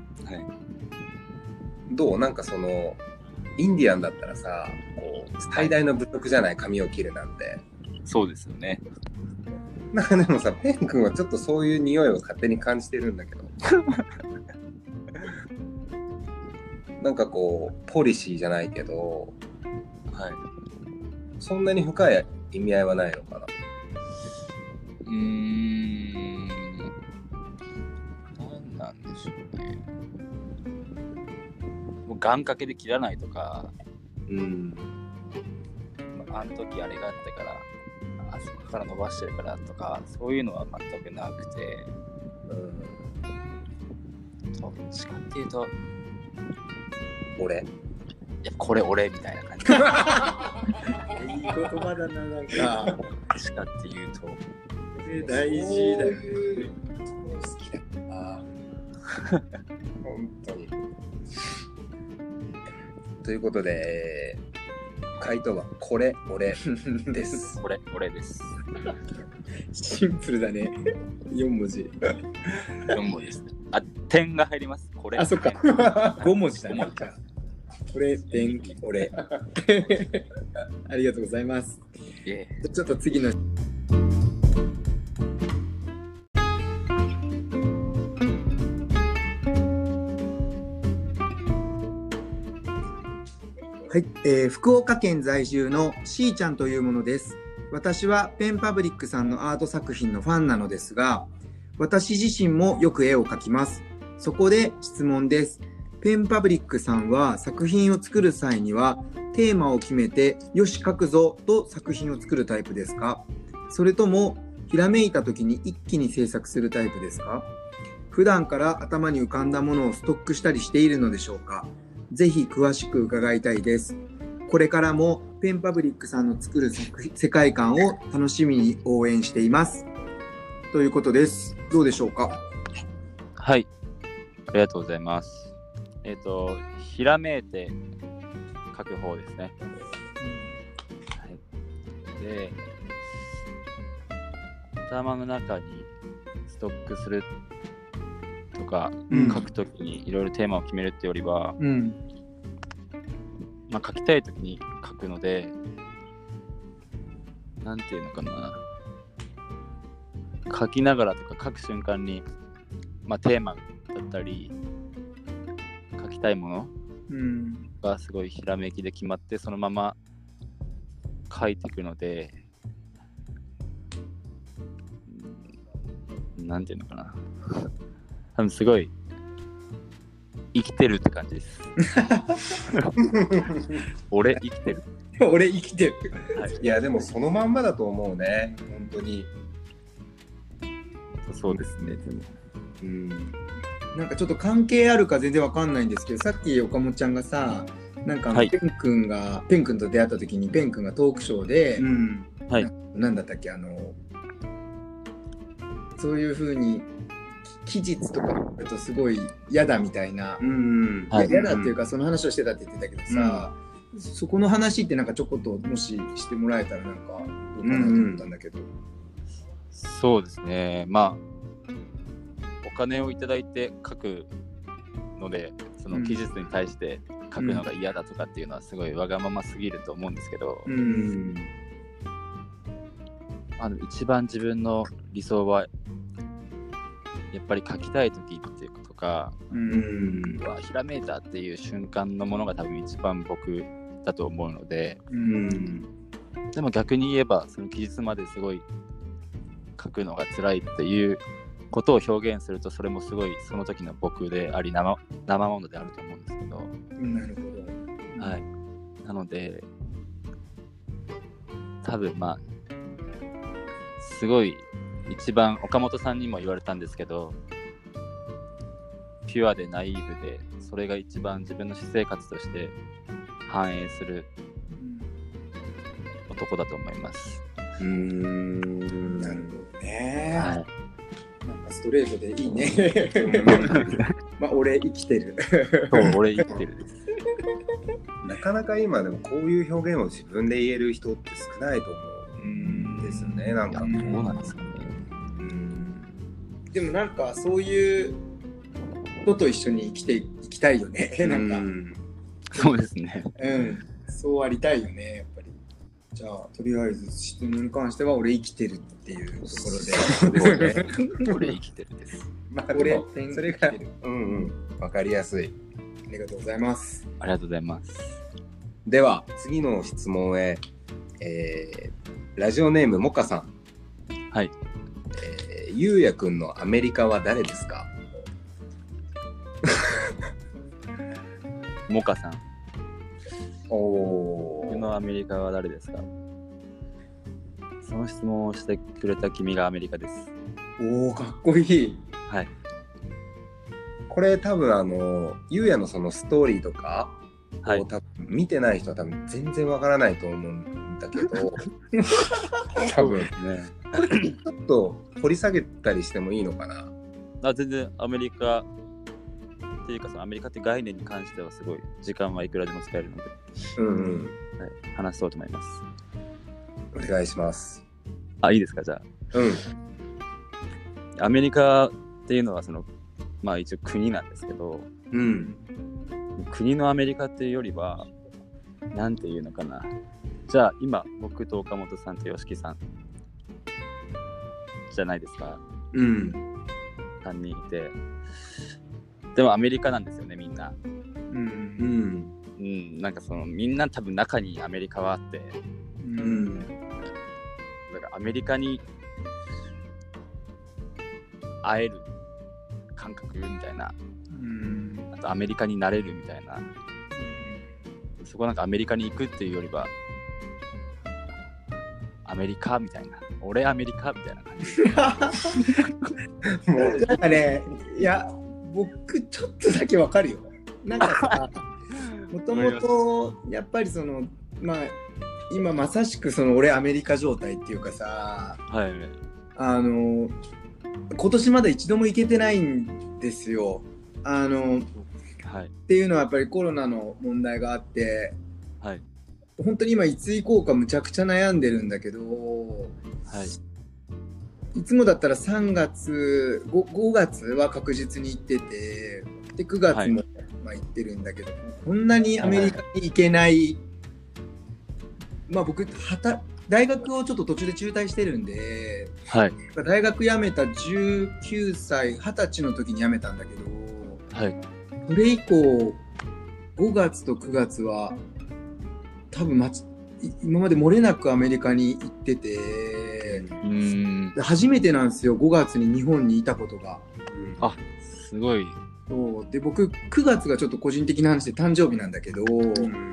どうなんかそのインディアンだったらさこう最大の侮辱じゃない、髪を切るなんて。 そうですよね。 なんかでもさペン君はちょっとそういう匂いを勝手に感じてるんだけどなんかこうポリシーじゃないけど、はい、そんなに深い意味合いはないのかな。 うーん、なんなんでしょうね。もう願掛けで切らないとか、うん、あの時あれがあったからあそこから伸ばしてるからとかそういうのは全くなくて、うん、どっちかっていうと俺いやこれ俺みたいな感じいい言葉だな。なんかどっちかっていうと大事だよね。 好きだな本当に。ということで回答はこれ俺です。 これ俺です。 シンプルだね。よん文字。 よん文字ですね。あ、点が入ります。これ。 あ、そっか。ご文字だね。これ点俺。ありがとうございます。ちょっと次の。はい、えー、福岡県在住のしーちゃんというものです。私はペンパブリックさんのアート作品のファンなのですが、私自身もよく絵を描きます。そこで質問です。ペペンパブリックさんは作品を作る際にはテーマを決めてよし書くぞと作品を作るタイプですか？それともひらめいた時に一気に制作するタイプですか？普段から頭に浮かんだものをストックしたりしているのでしょうか？ぜひ詳しく伺いたいです。これからもペンパブリックさんの作る世界観を楽しみに応援しています。ということです。どうでしょうか？ はい、ありがとうございます。えっ、ー、と、ひらめいて書く方ですね。はい、で、頭の中にストックするとか、うん、書くときにいろいろテーマを決めるってよりは、うん、まあ、書きたいときに書くので、なんていうのかな、書きながらとか書く瞬間に、まあ、テーマだったり書きたいものがすごいひらめきで決まってそのまま書いていくので、なんていうのかな、多分すごい生きてるって感じです俺生きてる俺生きてる、 はい、いやでもそのまんまだと思うね、本当に。 そうですね、 うん、なんかちょっと関係あるか全然わかんないんですけど、さっき岡本ちゃんがさ、なんか、はい、ペン君がペン君と出会った時にペン君がトークショーで、うん、はい、な, なんだったっけ、あのそういう風に期日とかあるとすごい嫌だみたいな、うんうん、嫌だっていうかその話をしてたって言ってたけどさ、うん、そこの話ってなんかちょこっともししてもらえたらなんかどうかなと思ったんだけど。うんうん、 そうですね、まあお金をいただいて書くので、その期日に対して書くのが嫌だとかっていうのはすごいわがまますぎると思うんですけど、うん、あの一番自分の理想はやっぱり書きたい時っていうことか、うん、はひらめいたっていう瞬間のものが多分一番僕だと思うので、うん、でも逆に言えばその期日まですごい書くのが辛いっていうことを表現すると、それもすごいその時の僕であり 生, 生ものであると思うんですけど、 なるほど、 はい、なので多分まあすごい一番岡本さんにも言われたんですけど、ピュアでナイーブでそれが一番自分の私生活として反映する男だと思います。 うーん、なるほどね、はい、なんかストレートでいいねまあ俺生きてるそう俺生きてるですなかなか今でもこういう表現を自分で言える人って少ないと思うんですよね。なんかそうなんですかね。 うん、でもなんかそういう人と一緒に生きていきたいよねなんか、うん、 そうですね、 うん、そうありたいよねやっぱり。じゃあとりあえず質問に関しては俺生きてるっていうところでそうですね俺生きてるです。 まあ俺それがうんうんわかりやすい。 ありがとうございます。 ありがとうございます。 では次の質問へ、えー、ラジオネームもかさん。 はい、 えー、ゆうやくんのアメリカは誰ですか？ もかさん。 お僕のアメリカは誰ですか？その質問をしてくれた君がアメリカです。 おー、かっこいい。 はい。 これ多分あのゆうやのそのストーリーとかを、はい、多分見てない人は多分全然わからないと思うんだけど多分ねちょっと掘り下げたりしてもいいのかな。 あ、全然アメリカっていうかそのアメリカって概念に関してはすごい時間はいくらでも使えるので、 うんうん、 はい、話そうと思います。 お願いします。 あ、いいですか？じゃあ、 うん、 アメリカっていうのはそのまあ一応国なんですけど、 うん、 国のアメリカっていうよりはなんていうのかな。じゃあ今僕と岡本さんと吉木さんじゃないですか。 うん。 さんにんいて、でもアメリカなんですよねみんな。 うんうんうん。なんかそのみんな多分中にアメリカはあって、 うん。 だからアメリカに会える感覚みたいな、 うん、 あとアメリカになれるみたいな、そこはなんかアメリカに行くっていうよりはアメリカみたいな、俺アメリカみたいな感じもうなんかね、いや僕ちょっとだけわかるよ。なんかさもともとやっぱりそのまあ今まさしくその俺アメリカ状態っていうかさ、 はい、 あの今年まだ一度も行けてないんですよ。あの、はい、っていうのはやっぱりコロナの問題があって、はい、本当に今いつ行こうかむちゃくちゃ悩んでるんだけど、はい、いつもだったらさんがつ 5, ごがつは確実に行ってて、でくがつも、はい、まあ、行ってるんだけど、こんなにアメリカに行けない、はい、まあ僕はた大学をちょっと途中で中退してるんで、はい、大学辞めたじゅうきゅうさいはたちの時に辞めたんだけど、はい、それ以降ごがつとくがつは多分ま今まで漏れなくアメリカに行ってて、うーん、初めてなんですよごがつに日本にいたことが、 うん、あ、すごい。 そうで僕くがつがちょっと個人的な話で誕生日なんだけど、うん、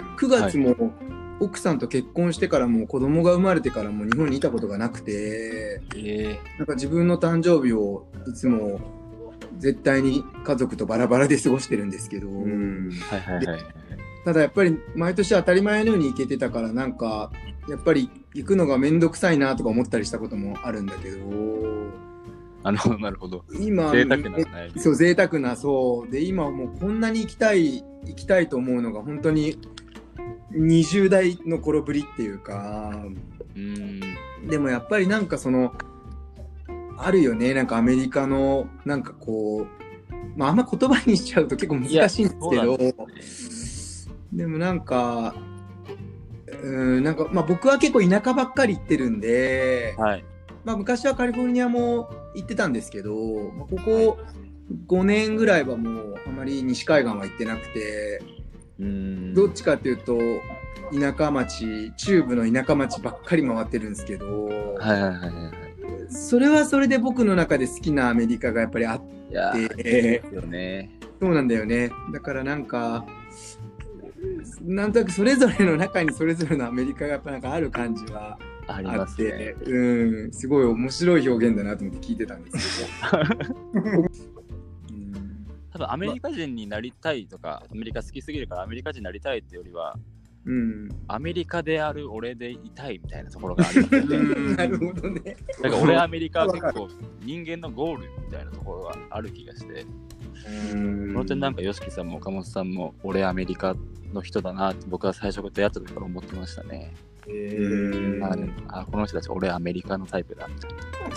くがつも、はい、奥さんと結婚してからも子供が生まれてからも日本にいたことがなくて、えー、なんか自分の誕生日をいつも絶対に家族とバラバラで過ごしてるんですけど、うん、はいはいはい、ただやっぱり毎年当たり前のように行けてたから、なんかやっぱり行くのがめんどくさいなとか思ったりしたこともあるんだけど、 あのなるほど、 今贅沢な、ね、そう贅沢な、そうで今もうこんなに行きたい行きたいと思うのが本当ににじゅう代の頃ぶりっていうか、うーん、でもやっぱりなんかそのあるよね、なんかアメリカのなんかこう、まああんま言葉にしちゃうと結構難しいんですけど、 で, でもなんかうーんなんかまあ僕は結構田舎ばっかり行ってるんで、はい、まあ昔はカリフォルニアも行ってたんですけど、まあ、ここごねんぐらいはもうあまり西海岸は行ってなくて、うーん、どっちかっていうと田舎町、中部の田舎町ばっかり回ってるんですけど、はいはいはいはい、それはそれで僕の中で好きなアメリカがやっぱりあって、いやですよね、そうなんだよね。だからなんかなんとなくそれぞれの中にそれぞれのアメリカがやっぱなんかある感じはあって、ありますね、うん、すごい面白い表現だなと思って聞いてたんですけど多分アメリカ人になりたいとか、アメリカ好きすぎるからアメリカ人になりたいってよりは、うん、アメリカである俺でいたいみたいなところがあるのでなるほどね。 だから俺アメリカは結構人間のゴールみたいなところがある気がして、うん、その点なんか YOSHIKI さんも岡本さんも俺アメリカの人だなって僕は最初出会った時から思ってましたね。へー、あでもあこの人たち俺アメリカのタイプだみたい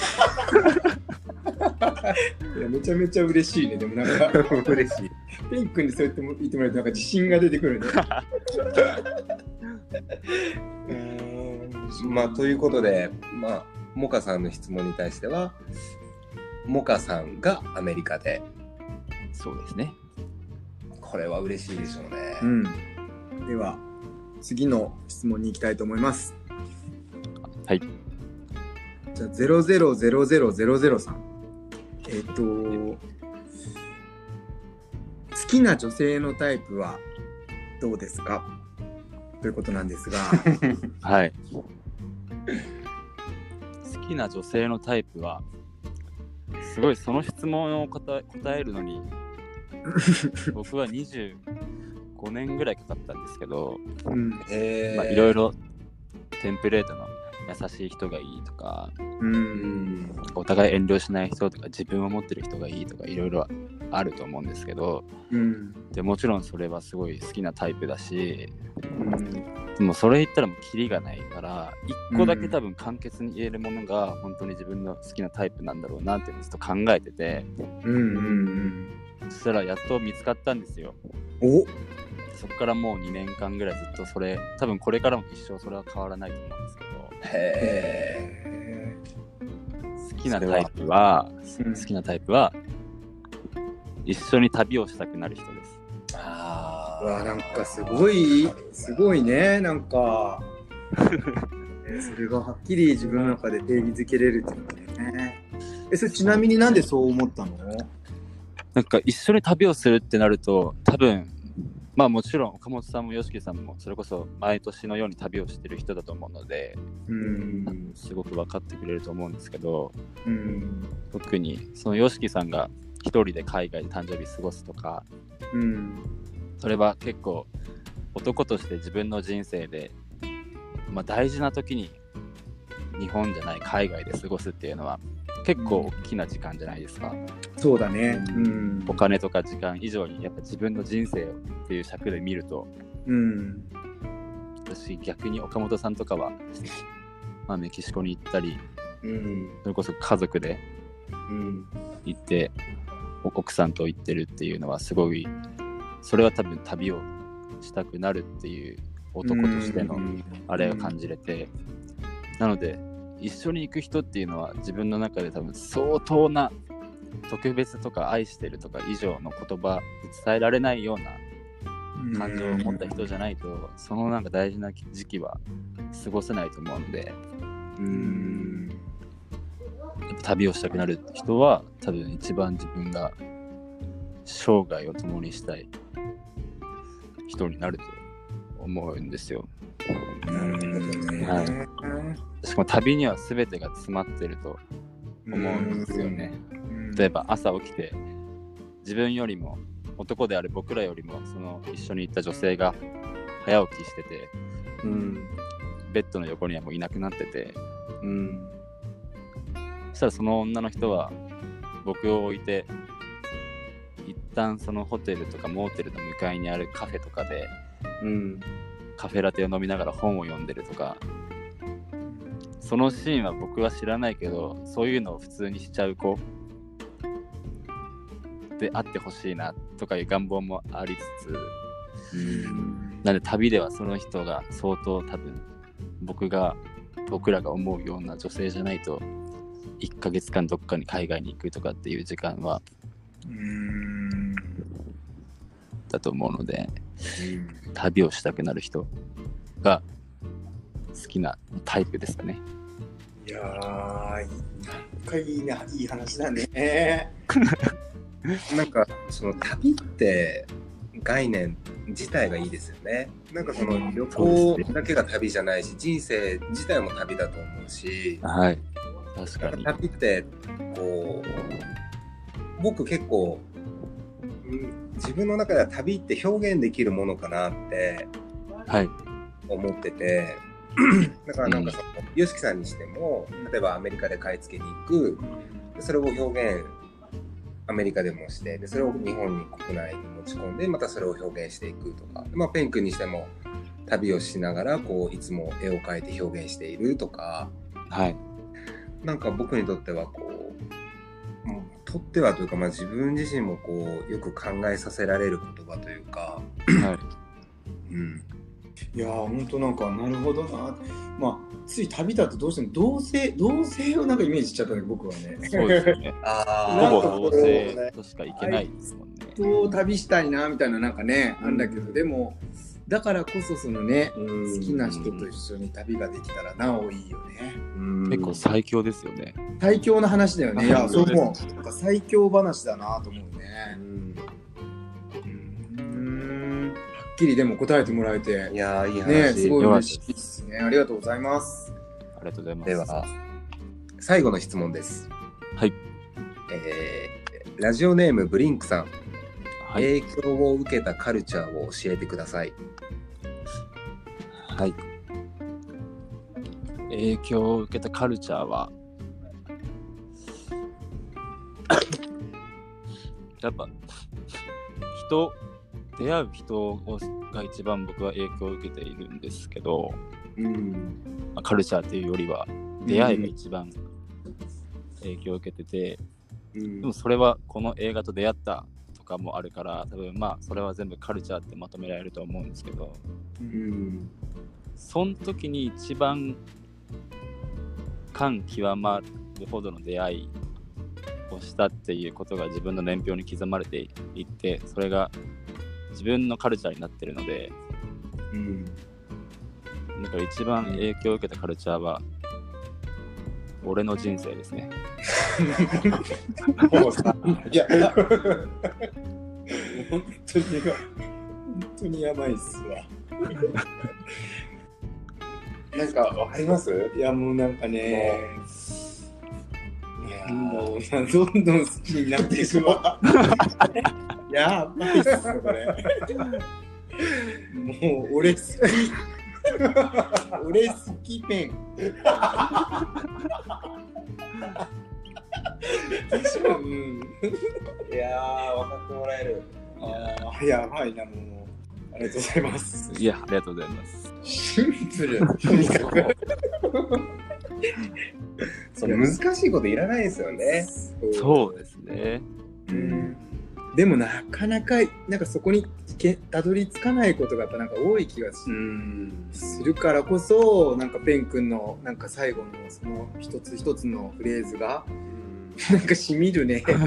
ないやめちゃめちゃ嬉しいね。でもなんか嬉しい。ペン君にそう言っても言ってもらえてなんか自信が出てくるね。 まあということで、まあモカさんの質問に対しては、モカさんがアメリカで、 そうですね。 これは嬉しいでしょうね。 うん。では次の質問に行きたいと思います。 はい。 じゃあゼロゼロゼロゼロゼロゼロさん。えっと好きな女性のタイプはどうですかということなんですが、 はい。好きな女性のタイプはすごいその質問を答え、答えるのに僕はにじゅうごねんぐらいかかったんですけど、うん、えー、まあいろいろテンプレートの優しい人がいいとか、うん、お互い遠慮しない人とか自分を持ってる人がいいとかいろいろあると思うんですけど、うん、でもちろんそれはすごい好きなタイプだし、うん、でもそれ言ったらもうキリがないから一個だけ多分簡潔に言えるものが本当に自分の好きなタイプなんだろうなってずっと考えてて、うんうんうん、そしたらやっと見つかったんですよ。おそこからもうにねんかんぐらいずっとそれ、多分これからも一生それは変わらないと思うんですけど、へー、好きなタイプは、うん、好きなタイプは一緒に旅をしたくなる人です。 あー、なんかすごいすごいね、なんかそれがはっきり自分の中で定義づけれるっていうのね。え、それちなみになんでそう思ったの？ なんか一緒に旅をするってなると多分まあもちろん岡本さんも YOSHIKI さんもそれこそ毎年のように旅をしてる人だと思うので、 うん、 すごく分かってくれると思うんですけど、 うん、 特にその YOSHIKI さんが一人で海外で誕生日過ごすとか、 うん、 それは結構男として自分の人生で、まあ、大事な時に日本じゃない海外で過ごすっていうのは結構大きな時間じゃないですか。 そうだね、うん、 お金とか時間以上にやっぱ自分の人生っていう尺で見ると、 うん、 私逆に岡本さんとかは、まあ、メキシコに行ったり、 うん、 それこそ家族で行って、うん、奥さんと行ってるっていうのはすごい、それは多分旅をしたくなるっていう男としてのあれを感じれて、うん、なので一緒に行く人っていうのは自分の中で多分相当な特別とか愛してるとか以上の言葉で伝えられないような感情を持った人じゃないと、そのなんか大事な時期は過ごせないと思うので、 うーん、 やっぱ旅をしたくなる人は多分一番自分が生涯を共にしたい人になると思うんですよ。 なるほどね、 はい、しかも旅には全てが詰まってると思うんですよね。例えば朝起きて自分よりも男である僕らよりもその一緒に行った女性が早起きしてて、うん、ベッドの横にはもういなくなってて、うん、そしたらその女の人は僕を置いて一旦そのホテルとかモーテルの向かいにあるカフェとかで、うん、カフェラテを飲みながら本を読んでるとか、そのシーンは僕は知らないけどそういうのを普通にしちゃう子であってほしいなとかいう願望もありつつ、うん、なので旅ではその人が相当多分僕が僕らが思うような女性じゃないといっかげつかんどっかに海外に行くとかっていう時間はうーんだと思うので、うん、旅をしたくなる人が好きなタイプですかね。 いやー、なんかいいな、いい話だね。 なんかその旅って概念自体がいいですよね。なんかその旅行だけが旅じゃないし、人生自体も旅だと思うし、 はい、確かに。 旅ってこう僕結構、うん、自分の中では旅って表現できるものかなって思ってて、はい、だからなんかその、うん、YOSHIKIさんにしても例えばアメリカで買い付けに行く、それを表現アメリカでもして、でそれを日本に国内に持ち込んでまたそれを表現していくとか、まあ、ペン君にしても旅をしながらこういつも絵を描いて表現しているとか、 はい、なんか僕にとってはこう、もうとってはというか、まあ、自分自身もこうよく考えさせられる言葉というか、はい、 うん、いやー本当なんかなるほどな。まあつい旅だとどうしても同性同性をなんかイメージしちゃったね、僕はね。 そうですね。あほぼ同性としか行けないですもんね。 と旅したいなみたいななんかね、あんだけど、でもだからこそそのね、好きな人と一緒に旅ができたらなおいいよね。 結構最強ですよね。 最強な話だよね。いやそう思う。なんか最強話だなと思うね。うん。はっきりでも答えてもらえて、 いやーいい話、 ね、すごい嬉しいですね。ありがとうございます。 ありがとうございます。 では最後の質問です。 はい。 えー、ラジオネームブリンクさん、はい、影響を受けたカルチャーを教えてください。 はい。影響を受けたカルチャーはやっぱ人出会う人が一番僕は影響を受けているんですけど、うんまあ、カルチャーっていうよりは出会いが一番影響を受けてて、うん、でもそれはこの映画と出会ったとかもあるから、多分まあそれは全部カルチャーってまとめられると思うんですけど、うん、その時に一番感極まるほどの出会いをしたっていうことが自分の年表に刻まれていって、それが自分のカルチャーになってるので、うん、だから一番影響を受けたカルチャーは俺の人生ですね。 もうさ、いや、 本当に本当にやばいっすわ。 なんかわかります？ いやもうなんかね、いやもうどんどん好きになっていくわ。やばいっすよこれ。もう俺好き。俺好きペン。うん、 いやー、分かってもらえる。 あーやばいな、もうありがとうございます。 いや、ありがとうございます。 シンプル、とにかくそう難しいこといらないですよね。 そうですね。 うん、でもなかなかなんかそこにけたどり着かないことがやっぱなんか多い気が し,、うん、するからこそ、なんかペン君のなんか最後のその一つ一つのフレーズがなんかしみるね。 本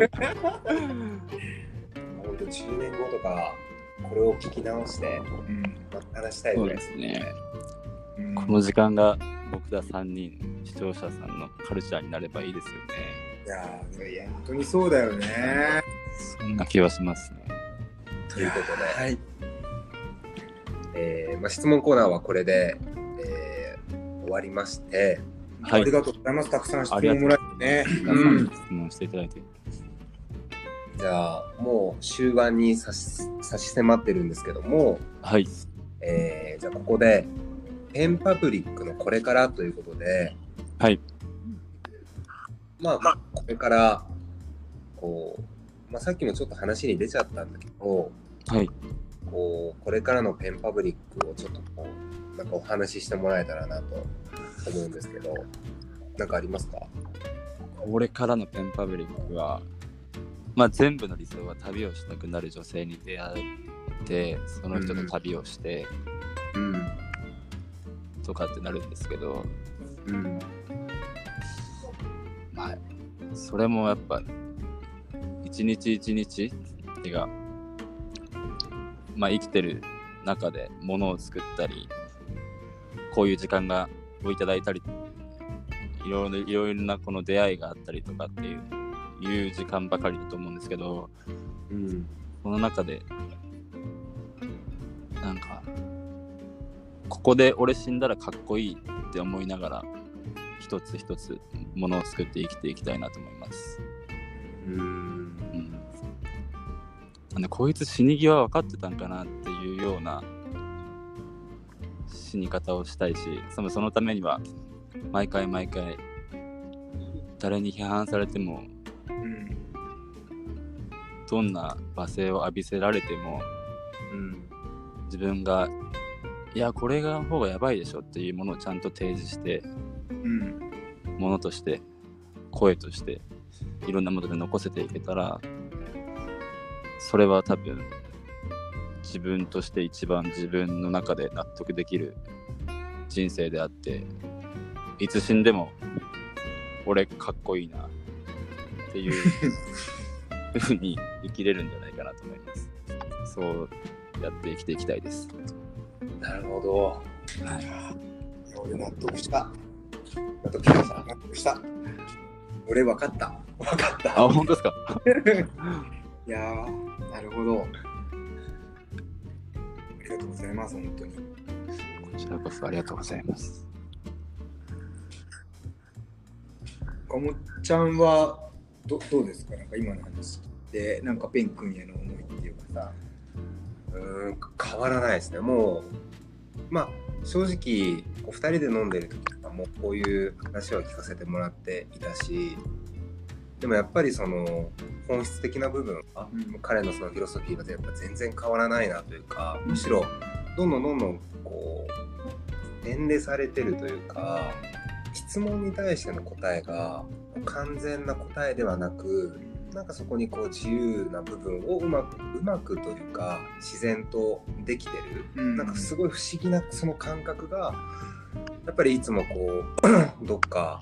当じゅうねんごとかこれを聞き直して、うん、話したいぐらいですね。 うん、この時間が僕らさんにん視聴者さんのカルチャーになればいいですよね。 いやー、いや本当にそうだよね。 そんな気はしますね。 ということで、 はい、 えーまあ、質問コーナーはこれで、えー、終わりまして、 はい、ありがとうございます。たくさん質問もらえてね。 うん、質問していただいて。 じゃあもう終盤に差し、差し迫ってるんですけども、 はい。 えー、じゃあここでペンパブリックのこれからということで、 はい。 まあこれからこう、まあ、さっきもちょっと話に出ちゃったんだけど、 はい。 こうこれからのペンパブリックをちょっとこうなんかお話ししてもらえたらなと思うんですけど、なんかありますか？ これからのペンパブリックは、まあ、全部の理想は旅をしたくなる女性に出会ってその人と旅をして、うん、とかってなるんですけど、うん、まあそれもやっぱ一日一日てか、まあ、生きてる中で物を作ったりこういう時間がをいただいたりいろいろいろいろなこの出会いがあったりとかっていういう時間ばかりだと思うんですけど、うん、この中でなんかここで俺死んだらかっこいいって思いながら一つ一つものを作って生きていきたいなと思います。うーん、うん、なんでこいつ死に際分かってたんかなっていうような死に方をしたいし、そのそのためには毎回毎回誰に批判されても、うん、どんな罵声を浴びせられても、うん、自分がいやこれが方がやばいでしょっていうものをちゃんと提示して、うん、ものとして声としていろんなもので残せていけたら、それは多分自分として一番自分の中で納得できる人生であって、いつ死んでも俺かっこいいなっていう風に生きれるんじゃないかなと思います。そうやって生きていきたいです。 なるほど。 はい、俺納得した。納得しました。納得した。俺分かった。分かった。 あ、本当ですか。 いやー、なるほど。ありがとうございます。本当に。こちらこそありがとうございます。 かもちゃんは ど, どうですか？なんか今の話でなんかペン君への思いっていうかさ。 うーん、変わらないですね。もうまあ正直お二人で飲んでる時とかもこういう話は聞かせてもらっていたし、でもやっぱりその本質的な部分は、うん、彼のそのフィロソフィーがやっぱ全然変わらないなというか、むしろどんどんどんどんこう伝令されてるというか、質問に対しての答えが完全な答えではなく、なんかそこにこう自由な部分をうまくうまくというか自然とできてる、うん、なんかすごい不思議なその感覚がやっぱりいつもこうどっか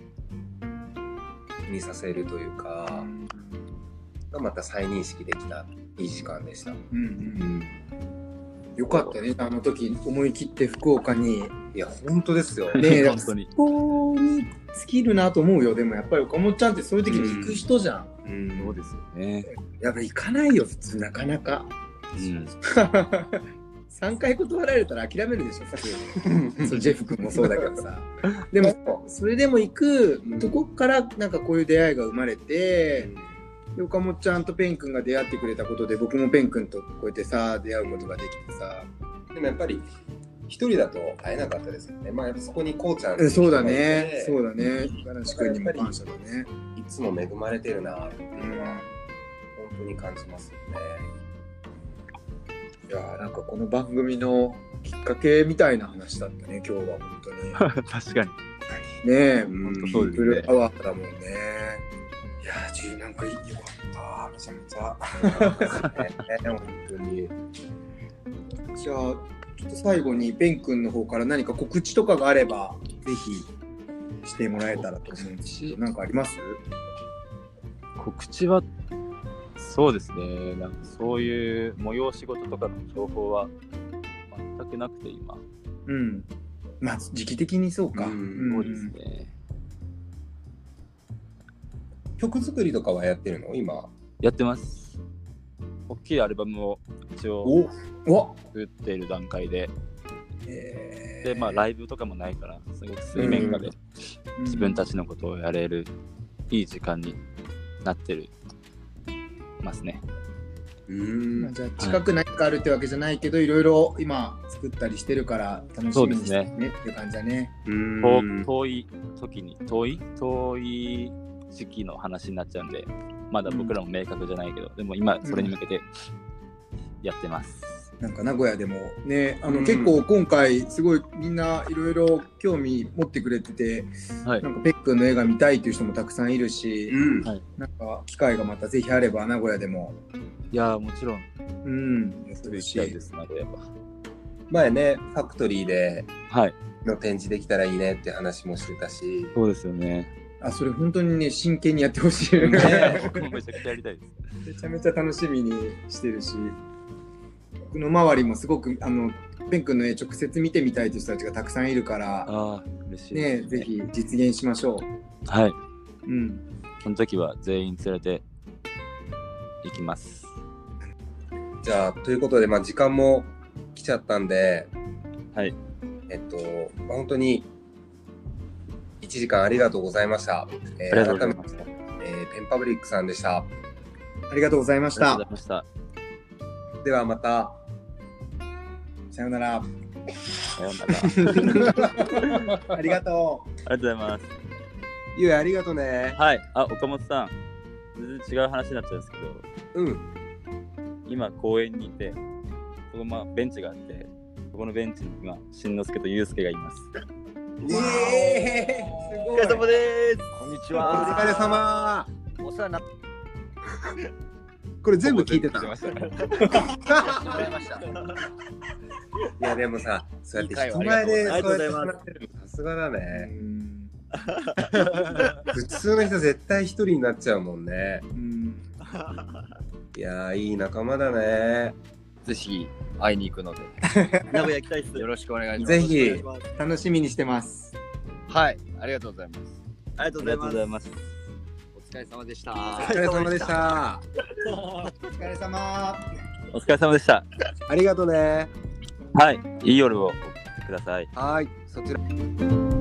気にさせるというか、がまた再認識できたいい時間でした。うんうんうん、 よかったね。あの時思い切って福岡にいや本当ですよ。 ねえ、 本当に。 そこに尽きるなと思うよ。でもやっぱり岡本ちゃんってそういう時に行く人じゃん。 うん、 そうですよね。 やっぱ行かないよ普通なかなか。 うん。 さんかい断られたら諦めるでしょ普通。そうジェフ君もそうだけどさ。でもそれでも行くとこからなんかこういう出会いが生まれて、で岡本ちゃんとペン君が出会ってくれたことで僕もペン君とこうやってさ出会うことができてさ。 でもやっぱり一人だと会えなかったですよね。まあやっぱそこにこうちゃん、 えそうだね、そうだね。五十嵐君にも感謝だね。 いつも恵まれてるなっていうのは本当に感じますよね。 いやーなんかこの番組のきっかけみたいな話だったね今日は本当に。 確かに。 ねえ、 うん本当そうですね。アワーだもんね。いやーじゅうなんかよかっためちゃめちゃ。 ね本当に。 じゃあちょっと最後にペン君の方から何か告知とかがあればぜひしてもらえたらと思うんですけど、なんかあります？ 告知は、そうですね。なんかそういう催し事とかの情報は全くなくて今。 うん。まあ時期的にそうか。 うんそうですね。 曲作りとかはやってるの今？ やってます。大きいアルバムを一応おお作っている段階で、 えでまあライブとかもないからすごく水面下で自分たちのことをやれるいい時間になってるますね。 うーん。 まあ、じゃあ近く何かあるってわけじゃないけど、いろいろ今作ったりしてるから楽しみにしてねっていう感じだね。 うー遠ん。 遠い時に遠い遠い時期の話になっちゃうんで、まだ僕らも明確じゃないけど、でも今それに向けてやってます。 なんか名古屋でもね、あの、 うん結構今回すごいみんないろいろ興味持ってくれてて、 はいなんかペックの映画見たいっていう人もたくさんいるし、 うん。 はいなんか機会がまたぜひあれば名古屋でも、 いやーもちろんうん、やってほ行しいきたいです名古屋は。 前ね、ファクトリーではい、 の展示できたらいいねって話もしてたし。 そうですよね。 あ、それ本当にね真剣にやってほしい。 ね僕もめちゃくちゃやりたいです。 めちゃめちゃ楽しみにしてるし、僕の周りもすごくあのペン君の絵直接見てみたいという人たちがたくさんいるから、 ああ嬉しいね、 ですぜひ実現しましょはい、 う。うん。 その時は全員連れて行きます。 じゃあ、ということで、まあ時間も来ちゃったんで、 はい、 えっと、まあ、本当にいちじかんありがとうございました。えーありがとうございました。 改めて、えーペンパブリックさんでした。 ありがとうございましありがとうた。 ございました。 ではまた。 さようなら。 さようなら。 ありがとう。 ありがとうございます。 ゆうやありがとうね。 はい、あ、岡本さん、全然違う話になっちゃうんですけど、 うん。 今公園にいて、そこまあベンチがあって、そこのベンチに今、しんのすけとゆうすけがいます。 えー、すごい。 お疲れ様です。 こんにちおは。 疲れ様。 お世話になっこれ全部聞いてた。い聞いてました。 てました。 やでもさ、そうやっていい会話人前でありがとうそうやってございます話せるのさすがだうね。 ん普通の人絶対一人になっちゃうもんね。 うんいやーいい仲間だね。 ぜひ会いに行くので、名古屋行きたいです。よろしくお願いします。 ぜひよろしくお願いします楽しみにしてます。 はい、ありがとうございます。ありがとありがとうございます。 お疲れ様でした。 お疲れ様でした。 お疲れ様。 お疲れ様でした。 ありがとうね。 はい、いい夜を送ってください。 はい、そちら。